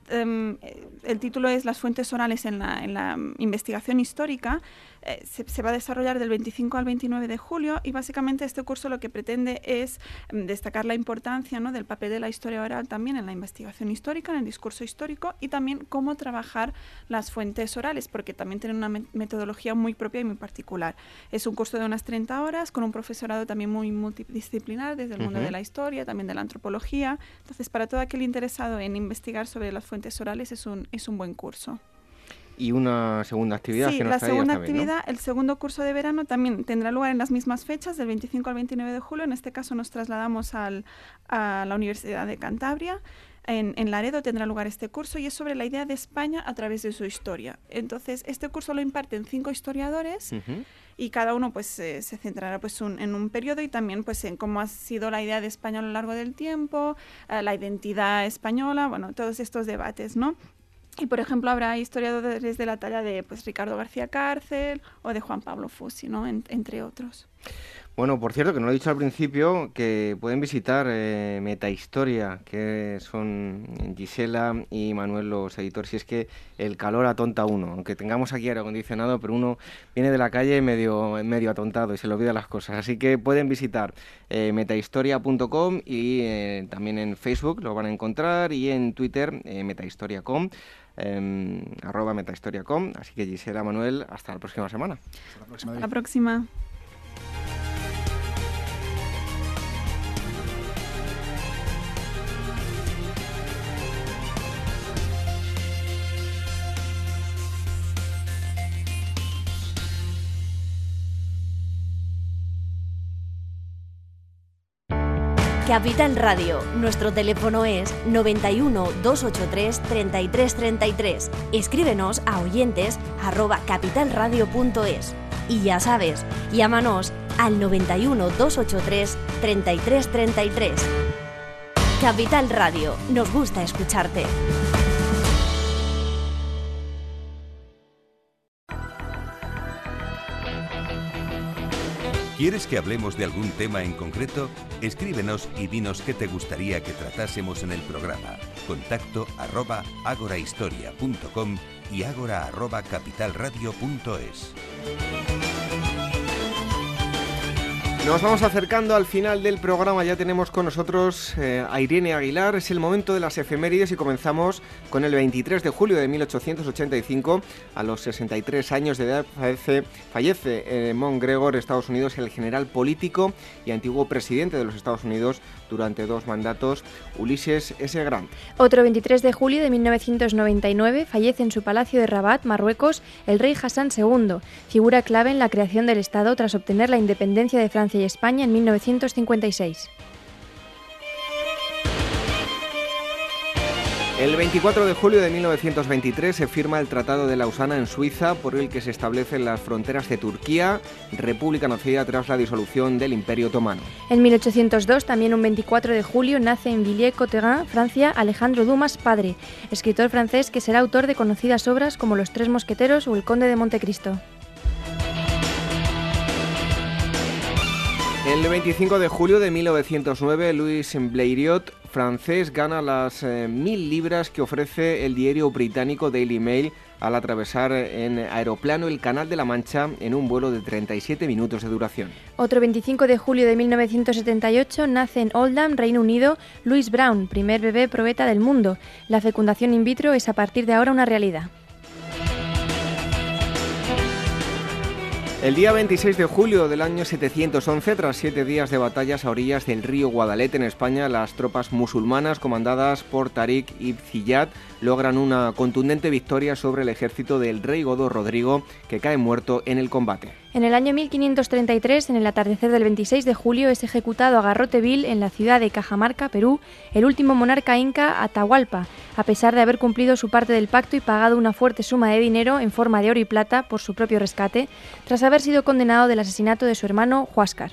El título es Las fuentes orales en la investigación histórica. Se va a desarrollar del 25 al 29 de julio y básicamente este curso lo que pretende es destacar la importancia, ¿no?, del papel de la historia oral también en la investigación investigación histórica, en el discurso histórico, y también cómo trabajar las fuentes orales, porque también tienen una metodología muy propia y muy particular. Es un curso de unas 30 horas con un profesorado también muy multidisciplinar desde el mundo de la historia, también de la antropología. Entonces, para todo aquel interesado en investigar sobre las fuentes orales es un buen curso. Y una segunda actividad. Sí, que nos la segunda también, ¿no? actividad, el segundo curso de verano también tendrá lugar en las mismas fechas, del 25 al 29 de julio. En este caso nos trasladamos a la Universidad de Cantabria. En Laredo tendrá lugar este curso y es sobre la idea de España a través de su historia. Entonces, este curso lo imparten 5 historiadores y cada uno pues se centrará pues en un periodo y también pues en cómo ha sido la idea de España a lo largo del tiempo, la identidad española, bueno, todos estos debates, ¿no? Y, por ejemplo, habrá historiadores de la talla de pues, Ricardo García Cárcel o de Juan Pablo Fusi, ¿no? Entre otros. Bueno, por cierto, que no lo he dicho al principio, que pueden visitar Metahistoria, que son Gisela y Manuel los editores. Y es que el calor atonta a uno, aunque tengamos aquí aire acondicionado, pero uno viene de la calle medio atontado y se le olvida las cosas. Así que pueden visitar metahistoria.com y también en Facebook lo van a encontrar y en Twitter metahistoria.com. @metahistoria.com. Así que Gisela, Manuel, hasta la próxima semana. Hasta la próxima. Capital Radio. Nuestro teléfono es 91 283 3333. Escríbenos a oyentes@capitalradio.es. Y ya sabes, llámanos al 91 283 3333. Capital Radio. Nos gusta escucharte. ¿Quieres que hablemos de algún tema en concreto? Escríbenos y dinos qué te gustaría que tratásemos en el programa. Contacto @agorahistoria.com y agora@capitalradio.es. Nos vamos acercando al final del programa, ya tenemos con nosotros a Irene Aguilar. Es el momento de las efemérides y comenzamos con el 23 de julio de 1885. A los 63 años de edad fallece en Montgregor, Estados Unidos, el general político y antiguo presidente de los Estados Unidos durante 2 mandatos, Ulises S. Grant. Otro 23 de julio de 1999 fallece en su palacio de Rabat, Marruecos, el rey Hassan II, figura clave en la creación del Estado tras obtener la independencia de Francia y España en 1956. El 24 de julio de 1923 se firma el Tratado de Lausana en Suiza, por el que se establecen las fronteras de Turquía, república nacida tras la disolución del Imperio Otomano. En 1802, también un 24 de julio, nace en Villiers-Cotterêts, Francia, Alejandro Dumas padre, escritor francés que será autor de conocidas obras como Los Tres Mosqueteros o El Conde de Montecristo. El 25 de julio de 1909, Louis Blériot, francés, gana las 1.000 libras que ofrece el diario británico Daily Mail al atravesar en aeroplano el Canal de la Mancha en un vuelo de 37 minutos de duración. Otro 25 de julio de 1978 nace en Oldham, Reino Unido, Louis Brown, primer bebé probeta del mundo. La fecundación in vitro es a partir de ahora una realidad. El día 26 de julio del año 711, tras 7 días de batallas a orillas del río Guadalete en España, las tropas musulmanas comandadas por Tariq ibn Ziyad logran una contundente victoria sobre el ejército del rey godo Rodrigo, que cae muerto en el combate. En el año 1533, en el atardecer del 26 de julio, es ejecutado a garrote vil en la ciudad de Cajamarca, Perú, el último monarca inca Atahualpa, a pesar de haber cumplido su parte del pacto y pagado una fuerte suma de dinero en forma de oro y plata por su propio rescate, tras haber sido condenado del asesinato de su hermano Huáscar.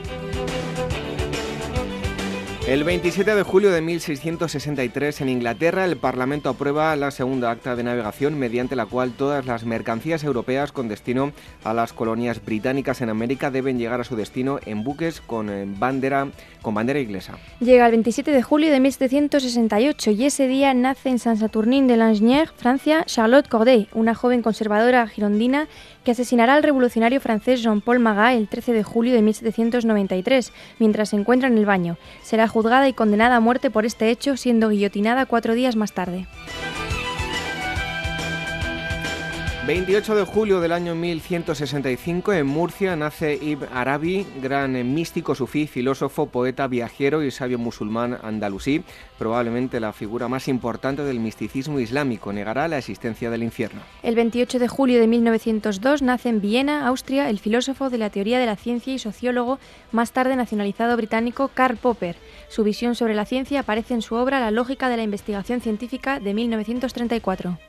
El 27 de julio de 1663, en Inglaterra, el Parlamento aprueba la segunda acta de navegación, mediante la cual todas las mercancías europeas con destino a las colonias británicas en América deben llegar a su destino en buques con bandera inglesa. Llega el 27 de julio de 1768 y ese día nace en Saint-Saturnin-de-Langnières, Francia, Charlotte Corday, una joven conservadora girondina que asesinará al revolucionario francés Jean-Paul Marat el 13 de julio de 1793, mientras se encuentra en el baño. Será juzgada y condenada a muerte por este hecho, siendo guillotinada 4 días más tarde. 28 de julio del año 1165 en Murcia nace Ibn Arabi, gran místico sufí, filósofo, poeta, viajero y sabio musulmán andalusí, probablemente la figura más importante del misticismo islámico. Negará la existencia del infierno. El 28 de julio de 1902 nace en Viena, Austria, el filósofo de la teoría de la ciencia y sociólogo, más tarde nacionalizado británico, Karl Popper. Su visión sobre la ciencia aparece en su obra La lógica de la investigación científica de 1934.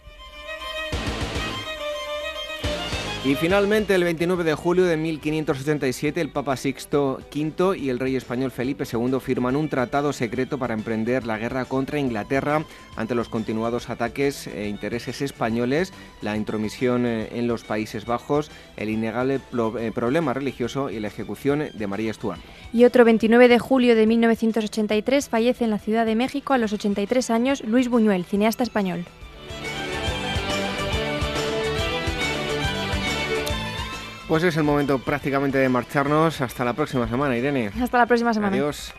Y finalmente, el 29 de julio de 1587, el Papa Sixto V y el rey español Felipe II firman un tratado secreto para emprender la guerra contra Inglaterra ante los continuados ataques e intereses españoles, la intromisión en los Países Bajos, el innegable problema religioso y la ejecución de María Stuart. Y otro 29 de julio de 1983 fallece en la Ciudad de México a los 83 años Luis Buñuel, cineasta español. Pues es el momento prácticamente de marcharnos. Hasta la próxima semana, Irene. Hasta la próxima semana. Adiós.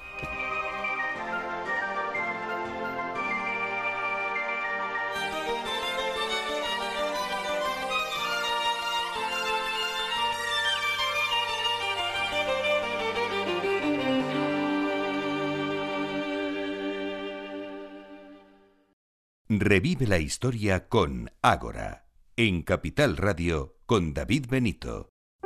Revive la historia con Ágora, en Capital Radio, con David Benito.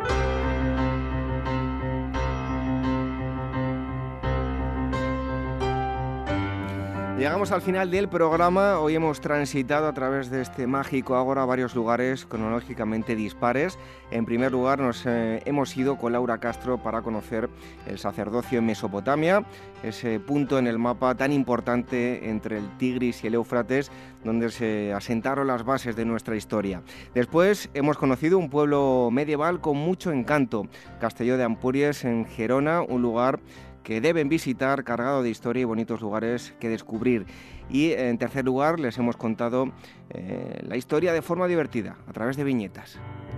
Llegamos al final del programa. Hoy hemos transitado a través de este mágico Ágora varios lugares cronológicamente dispares. En primer lugar nos hemos ido con Laura Castro para conocer el sacerdocio en Mesopotamia, ese punto en el mapa tan importante entre el Tigris y el Éufrates, donde se asentaron las bases de nuestra historia. Después hemos conocido un pueblo medieval con mucho encanto, Castelló de Ampurias en Gerona, un lugar que deben visitar, cargado de historia y bonitos lugares que descubrir. Y en tercer lugar les hemos contado la historia de forma divertida, a través de viñetas.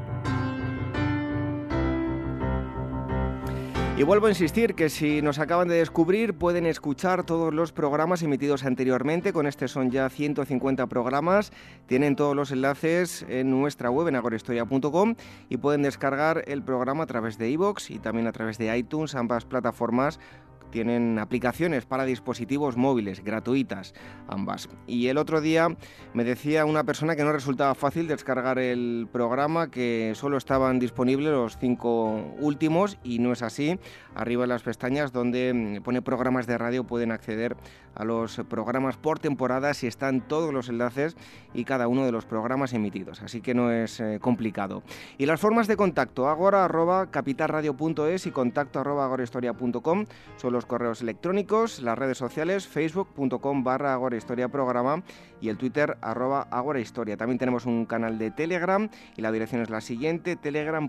Y vuelvo a insistir que si nos acaban de descubrir pueden escuchar todos los programas emitidos anteriormente. Con este son ya 150 programas. Tienen todos los enlaces en nuestra web en agorahistoria.com y pueden descargar el programa a través de iVoox y también a través de iTunes. Ambas plataformas tienen aplicaciones para dispositivos móviles, gratuitas ambas. Y el otro día me decía una persona que no resultaba fácil descargar el programa, que solo estaban disponibles los 5 últimos, y no es así. Arriba en las pestañas donde pone programas de radio pueden acceder a los programas por temporadas y están todos los enlaces y cada uno de los programas emitidos, así que no es complicado. Y las formas de contacto: agora@capitalradio.es y contacto@agorahistoria.com son los correos electrónicos, las redes sociales, facebook.com/agorahistoriaprograma y el Twitter @agorahistoria. También tenemos un canal de Telegram y la dirección es la siguiente: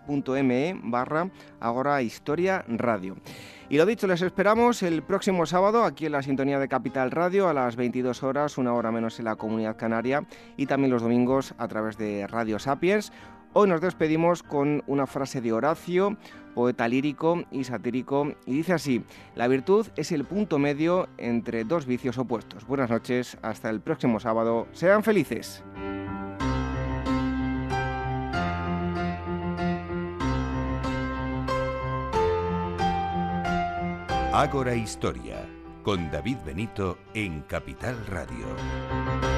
telegram.me/agorahistoriaradio. Y lo dicho, les esperamos el próximo sábado aquí en la sintonía de Capital Radio a las 22 horas, una hora menos en la Comunidad Canaria, y también los domingos a través de Radio Sapiens. Hoy nos despedimos con una frase de Horacio, poeta lírico y satírico, y dice así: la virtud es el punto medio entre dos vicios opuestos. Buenas noches, hasta el próximo sábado. Sean felices. Ágora Historia, con David Benito en Capital Radio.